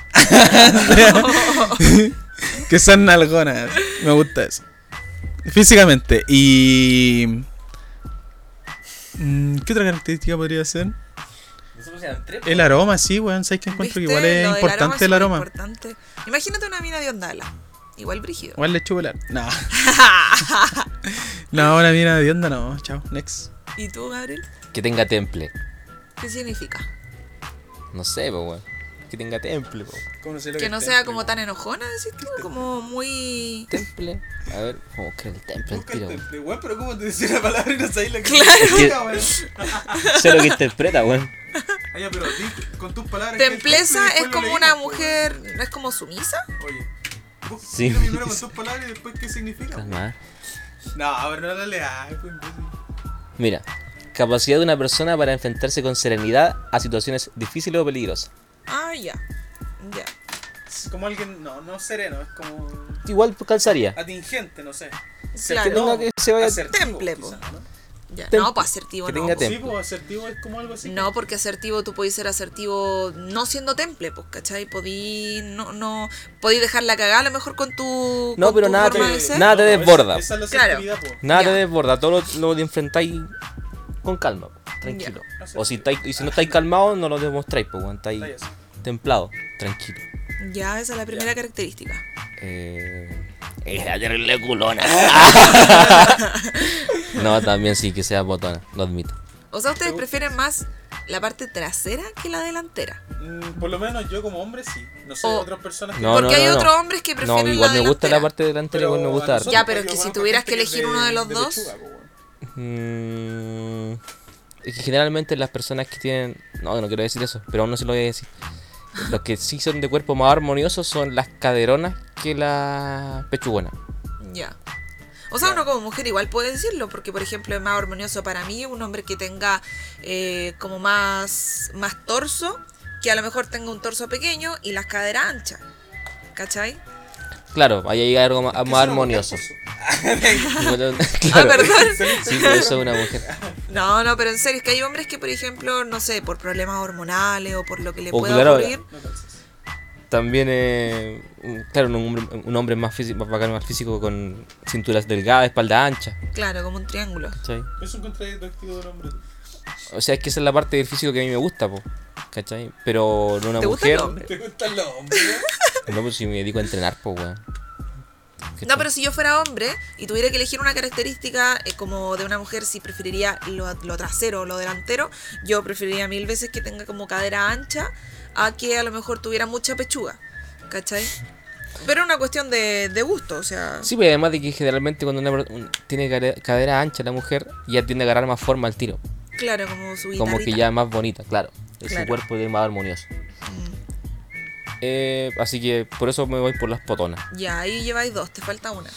Que sean nalgonas. Me gusta eso. Físicamente. Y... ¿qué otra característica podría ser? El aroma, sí, weón. ¿Sabes que encuentro que
¿Viste?
igual
Lo
es
del
importante el
es
aroma?
importante. Imagínate una mina de ondala. Igual brígido.
Igual le chupo el ar- No. No, una mina de onda, no. Chao, next.
¿Y tú, Gabriel?
Que tenga temple.
¿Qué significa?
No sé, po, weón. Que tenga temple, po.
Que no sea como tan enojona, decís tú, como muy...
Temple. A ver, vamos a buscar el temple al tiro.
Weón, pero ¿cómo te decía la palabra y no sabéis la que
Claro.
Sé lo que interpreta, weón.
Pero con tus palabras.
Templeza es como una mujer, ¿no es como sumisa?
Oye, Vos
Sí.
primero con tus palabras y después qué significa.
Calma.
No, a ver, no la leas, pues imbécil.
Mira, capacidad de una persona para enfrentarse con serenidad a situaciones difíciles o peligrosas.
Ah, ya. Ya.
Es como alguien, no sereno, es como
Igual calzaría.
atingente, no sé.
Claro.
Que tenga que se vaya
Asertivo,
Temple,
quizás,
po.
¿no?
Ya.
Tem-
No, pues asertivo
que
no.
tenga
po.
temple.
Sí, pues asertivo es como algo así.
No, porque asertivo tú podés ser asertivo no siendo temple, pues, ¿cachai? Podí dejar la cagada a lo mejor con tu,
No,
con
pero
tu
nada
forma
te-
de ser.
nada te desborda.
Esa es la
Claro.
asertividad, po.
Nada
Ya.
te desborda, todo lo enfrentáis con calma, po, tranquilo.
Ya.
O si no estáis calmados, no lo demostráis, pues, estáis
Está ahí así.
templados, tranquilo.
Ya, esa es la primera característica.
Es la terrible culona. No, también sí, que sea botona, lo admito.
O sea, ustedes prefieren más la parte trasera que la delantera.
Por lo menos yo como hombre sí. No sé,
O-
otras personas que
No,
Porque
no,
hay
no,
otros
no.
hombres que
No,
prefieren
igual
la
me gusta la
delantera.
parte delantera, igual me gusta harto.
Ya, pero que si tuvieras que elegir uno de los dos.
Es que generalmente las personas que tienen... No quiero decir eso, pero aún no se lo voy a decir. Los que sí son de cuerpo más armoniosos son las caderonas que las pechugonas.
Ya. O sea, uno como mujer igual puede decirlo, porque por ejemplo es más armonioso para mí un hombre que tenga como más torso, que a lo mejor tenga un torso pequeño y las caderas anchas. ¿Cachai?
Claro, ahí hay algo más armonioso. Bueno, claro.
Ah, perdón.
Sí, por eso es una mujer.
No, pero en serio, es que hay hombres que por ejemplo, no sé, por problemas hormonales o por lo que le
O
pueda
claro,
ocurrir.
También, claro, un hombre más físico, más bacano, más físico, con cinturas delgadas, espalda ancha.
Claro, como un triángulo.
¿Cachai?
Es un contradictivo del hombre.
O sea, es que esa es la parte del físico que a mí me gusta, po, ¿cachai? Pero no una
¿Te gusta
mujer.
el hombre?
¿Te gustan los hombres?
No, pues si me dedico a entrenar, pues, weón.
No, pero si yo fuera hombre y tuviera que elegir una característica como de una mujer, si preferiría lo trasero o lo delantero, yo preferiría 1000 veces que tenga como cadera ancha a que a lo mejor tuviera mucha pechuga, ¿cachai? Pero es una cuestión de gusto, o sea...
Sí, pues además de que generalmente cuando tiene cadera ancha la mujer, ya tiende a agarrar más forma al tiro.
Claro, como su guitarrita.
Como que ya es más bonita, claro. Su
Claro.
cuerpo es más armonioso. Así que por eso me voy por las potonas.
Ya, ahí lleváis 2, te falta una.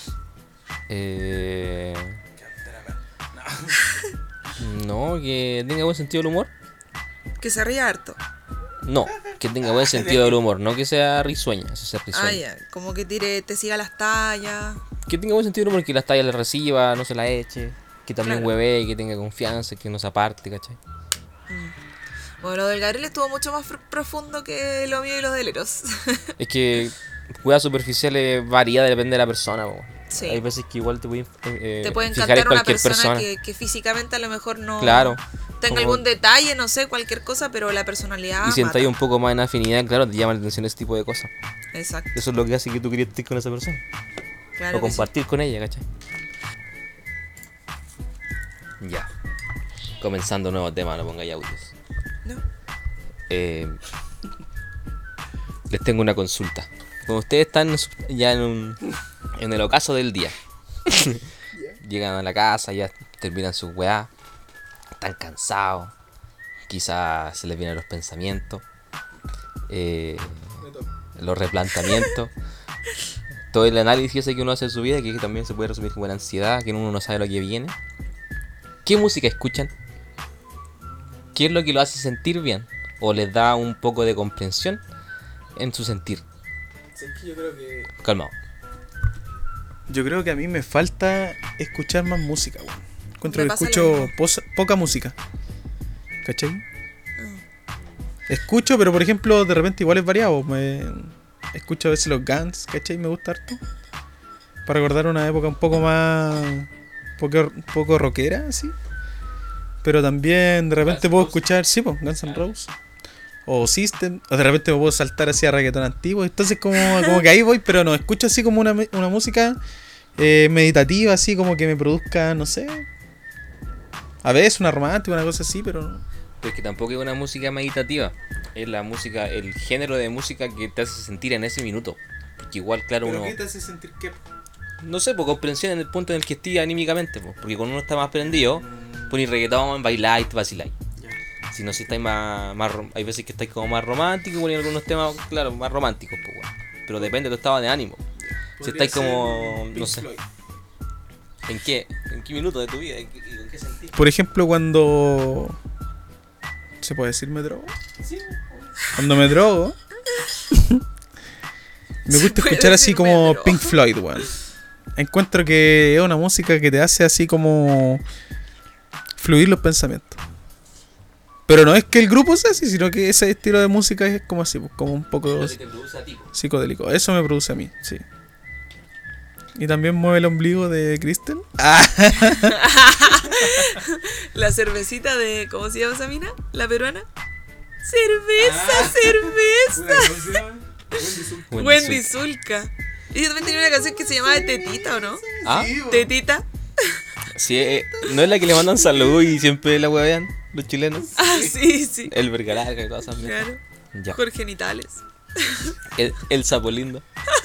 No, que tenga buen sentido del humor.
Que se ría harto.
No, que tenga buen sentido del humor, no que sea risueña, eso sea risueña.
Ah, ya, como que te siga las tallas.
Que tenga buen sentido del humor, que las tallas las reciba, no se la eche, que también
Claro.
hueve, que tenga confianza, que no se aparte, ¿cachai?
Bueno, lo del Gabriel estuvo mucho más profundo que lo mío y los del Eros.
Es que cuidados superficiales varía, depende de la persona, po.
Sí.
Hay veces que igual te pueden
Te puede
fijar en
encantar una
cualquier
persona que físicamente a lo mejor no
Claro.
tenga
Como-
algún detalle, no sé, cualquier cosa, pero la personalidad
Y si
mata.
entráis un poco más en afinidad, claro, te llama la atención ese tipo de cosas.
Exacto,
Eso es lo que hace que tú querías estar con esa persona.
claro
O
que sí.
compartir con ella, ¿cachai? Ya. Comenzando un nuevo tema, no pongáis audios.
No.
Les tengo una consulta. Cuando ustedes están ya en el ocaso del día, llegan a la casa, ya terminan sus weá, están cansados, quizás se les vienen los pensamientos, los replanteamientos, todo el análisis ese que uno hace de su vida, que también se puede resumir como la ansiedad, que uno no sabe lo que viene. ¿Qué música escuchan? ¿Qué es lo que lo hace sentir bien? ¿O les da un poco de comprensión en su sentir?
Es que yo creo que...
Calmado.
Yo creo que a mí me falta escuchar más música, weón. Encuentro
Me
que
pasa lo
escucho
mismo.
poca música. ¿Cachai? Escucho, pero por ejemplo, de repente igual es variado. Escucho a veces los Guns, ¿cachai? Me gusta harto. Para recordar una época un poco más... poco rockera, así. Pero también de repente puedo escuchar, sí, pues, Guns N' Roses. O System. O de repente me puedo saltar así a reggaetón antiguo. Entonces como que ahí voy, pero no, escucho así como una música meditativa, así como que me produzca, no sé. A veces una romántica, una cosa así, pero no.
Pero es que tampoco es una música meditativa. Es la música, el género de música que te hace sentir en ese minuto. Porque igual, claro,
¿Pero
uno...
qué te hace sentir qué?
No sé, por comprensión en el punto en el que esté anímicamente, po. Porque cuando uno está más prendido, ponéis reggaetón, bailáis, vaciláis. Si no, si estáis hay veces que estáis como más románticos, ponéis algunos temas, claro, más románticos, pues, weón. Pero depende de tu estado de ánimo. Si estáis como, no
Pink
sé,
Floyd.
¿en qué minuto de tu vida? ¿En qué sentido?
Por ejemplo, cuando... ¿Se puede decir me drogo?
Sí.
Cuando me drogo... me
Se
gusta
puede
escuchar así
decir
como
me drogo.
Pink Floyd, weón. Encuentro que es una música que te hace así como... fluir los pensamientos. Pero no es que el grupo sea así, sino que ese estilo de música es como así, pues, como un poco
Lo que te produce a ti, po.
psicodélico. Eso me produce a mí, sí. Y también mueve el ombligo de Crystal. Ah,
La cervecita de. ¿Cómo se llama esa mina? ¿La peruana? ¡Cerveza, cerveza! Wendy Zulka. Ella también tenía una canción que se llamaba Tetita, ¿o no?
¿Ah?
Tetita.
Sí, ¿no es la que le mandan saludos y siempre la huevean los chilenos?
Ah, sí, sí.
El Vergaraga y todas esas mierdas.
Claro.
Ya.
Jorge Nitales.
El sapo lindo.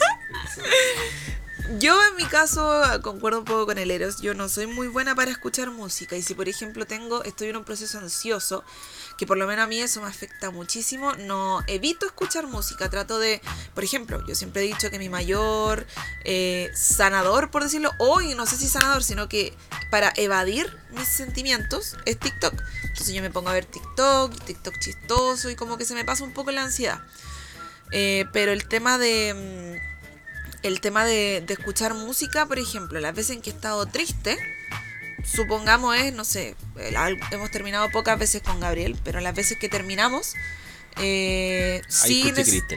Yo en mi caso concuerdo un poco con el Eros. Yo no soy muy buena para escuchar música. Y si por ejemplo estoy en un proceso ansioso, que por lo menos a mí eso me afecta muchísimo, no evito escuchar música. Trato de, por ejemplo, yo siempre he dicho que mi mayor sanador, por decirlo, hoy no sé si sanador, sino que para evadir mis sentimientos es TikTok. Entonces yo me pongo a ver TikTok chistoso y como que se me pasa un poco la ansiedad. Pero el tema de escuchar música, por ejemplo, las veces en que he estado triste, supongamos no sé, hemos terminado pocas veces con Gabriel, pero las veces que terminamos, sí...
Crystal.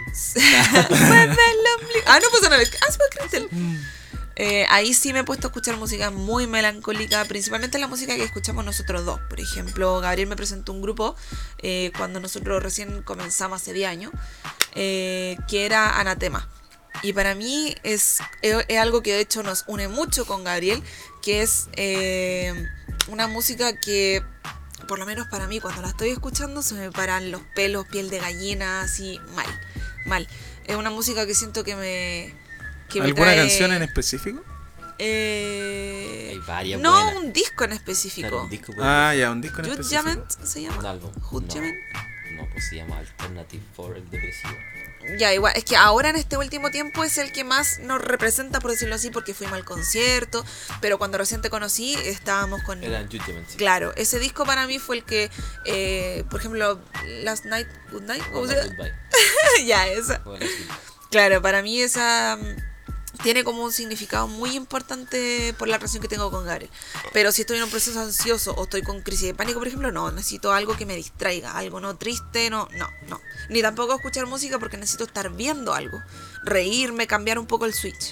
No pasa nada. Sí, pues Crystal. Ahí sí me he puesto a escuchar música muy melancólica, principalmente la música que escuchamos nosotros dos. Por ejemplo, Gabriel me presentó un grupo cuando nosotros recién comenzamos hace 10 años, que era Anatema. Y para mí es algo que de hecho nos une mucho con Gabriel, que es una música que, por lo menos para mí, cuando la estoy escuchando se me paran los pelos, piel de gallina, así mal. Es una música que siento que me
¿alguna
trae,
canción en específico?
Hay varias
no
buenas.
un disco en específico.
Claro, un disco
Ah, ya, un disco en
Jude
específico.
Jament se llama.
un álbum.
Judgment.
No, pues se llama Alternative for el depresivo.
Ya, igual, es que ahora en este último tiempo es el que más nos representa, por decirlo así, porque fuimos al concierto, pero cuando recién te conocí estábamos con...
Era Judgment, sí.
Claro, ese disco para mí fue el que, por ejemplo, Last Night, Good Night, ¿cómo se llama?
Goodbye.
Ya, esa.
Bueno, sí.
Claro, para mí esa tiene como un significado muy importante por la relación que tengo con Gabriel. Pero si estoy en un proceso ansioso o estoy con crisis de pánico, por ejemplo, no, necesito algo que me distraiga, algo no triste, no. Ni tampoco escuchar música porque necesito estar viendo algo, reírme, cambiar un poco el switch.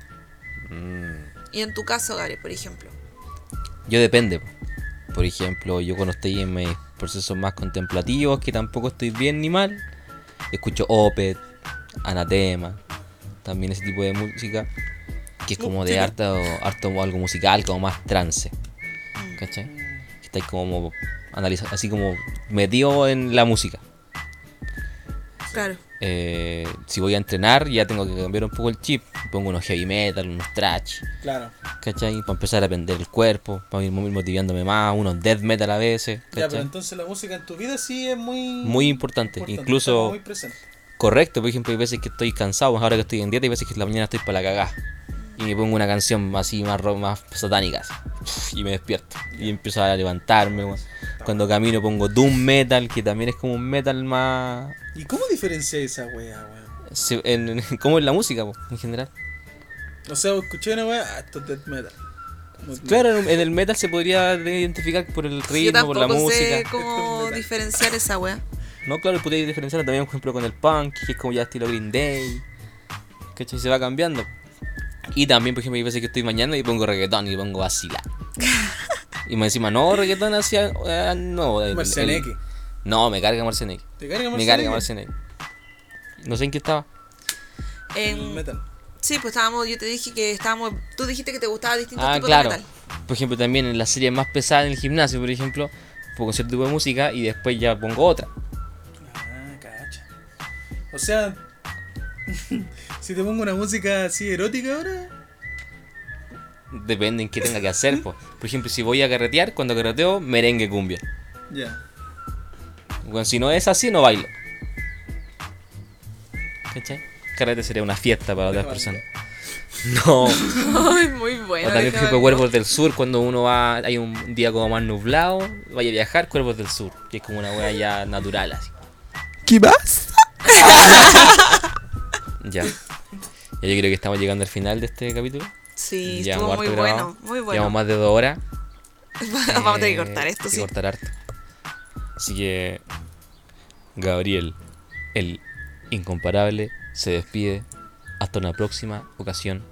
Y en tu caso, Gabriel, por ejemplo.
Yo depende. Por ejemplo, yo cuando estoy en mis procesos más contemplativos, que tampoco estoy bien ni mal, escucho Opeth, Anatema, también ese tipo de música, que es como de harto algo musical, como más trance. ¿Cachai? Que estáis como analizando, así como metido en la música.
Claro.
Si voy a entrenar, ya tengo que cambiar un poco el chip. Pongo unos heavy metal, unos thrash,
Claro.
¿cachai? Para empezar a aprender el cuerpo, para ir motivándome más, unos death metal a veces,
Ya, pero
¿cachai?
entonces la música en tu vida sí es muy...
Muy importante,
está
incluso
muy presente.
correcto. Por ejemplo, hay veces que estoy cansado, ahora que estoy en dieta, hay veces que en la mañana estoy para la cagada y me pongo una canción así más satánica así, y me despierto y empiezo a levantarme, weón. Cuando camino pongo doom metal, que también es como un metal más
¿Y cómo diferencias esa wea, weón?
como en la música, po, en general.
O sea, escuché una wea, esto es death metal.
Claro, en el metal se podría identificar por el
Yo
ritmo, por la
tampoco sé
música.
cómo diferenciar esa wea.
No, claro, podría diferenciar también, por ejemplo, con el punk, que es como ya estilo Green Day, ¿cachai? Se va cambiando. Y también, por ejemplo, hay veces que estoy mañana y pongo reggaetón y pongo vacilar. Y me encima, no, reggaetón hacia... no,
Marcianeque.
No, me carga Marcianeque.
¿Te carga
Me carga Marcianeque. No sé en qué estaba.
El metal.
Sí, pues yo te dije que tú dijiste que te gustaba distintos tipos
Claro.
de metal.
Por ejemplo, también en las series más pesadas en el gimnasio, por ejemplo, pongo cierto tipo de música y después ya pongo otra.
Ah, cacha. O sea, si te pongo una música así erótica ahora...
Depende en qué tenga que hacer, po. Por ejemplo, si voy a carretear, cuando carreteo, merengue cumbia.
Ya.
Bueno, si no es así, no bailo. ¿Cachai? Carrete sería una fiesta para otras personas. No.
Ay, muy bueno.
O también, por
déjame
ejemplo,
ver.
Cuervos del Sur, cuando uno va, hay un día como más nublado, vaya a viajar, Cuervos del Sur, que es como una wea ya natural así.
¿Qué vas?
Ya. Ya yo creo que estamos llegando al final de este capítulo.
Sí,
Llevamos
estuvo muy
harto
bueno,
grabado.
muy bueno.
Llevamos más de 2 horas.
Vamos a tener que cortar esto,
Hay que
sí.
cortar harto. Así que Gabriel, el incomparable, se despide. Hasta una próxima ocasión.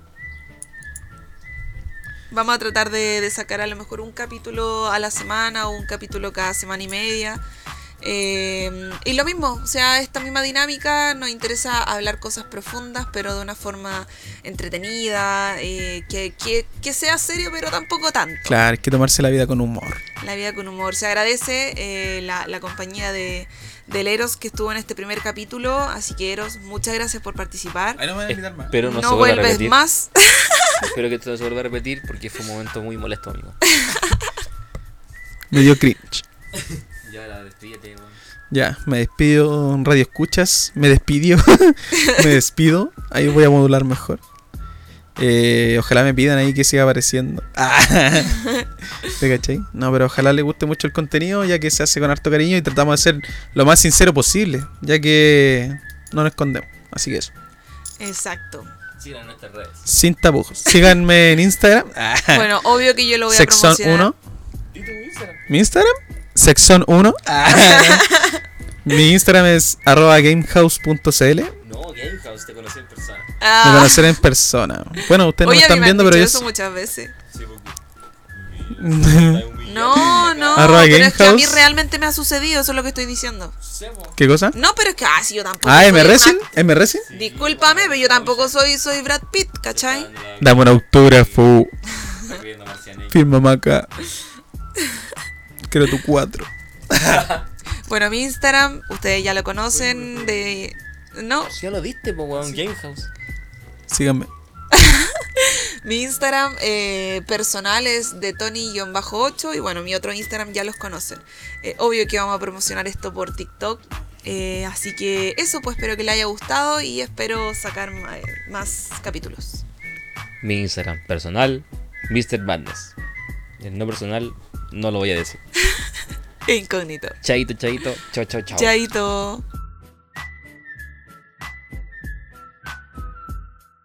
Vamos a tratar de sacar a lo mejor un capítulo a la semana o un capítulo cada semana y media. Y lo mismo, o sea, esta misma dinámica, nos interesa hablar cosas profundas, pero de una forma entretenida, que sea serio, pero tampoco tanto.
Claro, hay que tomarse la vida con humor.
La vida con humor. Se agradece la compañía del Eros que estuvo en este primer capítulo, así que Eros, muchas gracias por participar.
Ahí no me van a invitar más.
Pero no, se
No
vuelva a
vuelves
repetir.
más.
Espero que esto no se vuelva a repetir porque fue un momento muy molesto, amigo.
Me dio cringe.
Ya, despídete, weón.
Ya, me despido, Radio Escuchas. Me despidió. Me despido. Ahí voy a modular mejor. Ojalá me pidan ahí que siga apareciendo. ¿Te cachai? No, pero ojalá les guste mucho el contenido, ya que se hace con harto cariño y tratamos de ser lo más sincero posible, ya que no nos escondemos. Así que eso.
Exacto.
Sigan nuestras redes.
Sin tapujos. Síganme en Instagram.
Bueno, obvio que yo lo voy a
Sexon
promocionar.
1. ¿Mi Instagram? Sexon 1. Mi Instagram es @gamehouse.cl.
No, Gamehouse, te conocí en persona.
Ah.
Me conocer en persona. Bueno, ustedes no
Oye,
me
a mí
están
me
viendo,
han
pero
dicho
yo...
eso muchas veces.
Sí, porque...
No,
Arroba
pero es que a mí
Gamehouse.
realmente me ha sucedido, eso es lo que estoy diciendo.
¿Qué cosa?
No, pero es que si yo tampoco
Ah,
soy
¿M Racing?
una-
¿M Racing?
Discúlpame, pero yo tampoco soy Brad Pitt, ¿cachai?
Dame un autógrafo. Firma Maca. Quiero tu 4.
Bueno, mi Instagram, ustedes ya lo conocen de... No,
Ya lo diste, po, weón, Gamehouse.
Síganme.
mi Instagram personal es de Tony-8 y bueno, mi otro Instagram ya los conocen. Obvio que vamos a promocionar esto por TikTok. Así que eso, pues espero que les haya gustado y espero sacar más capítulos.
Mi Instagram personal, Mr. Madness. El no personal no lo voy a decir.
Incógnito.
Chaito, chaito, chao, chao, chao.
Chaito.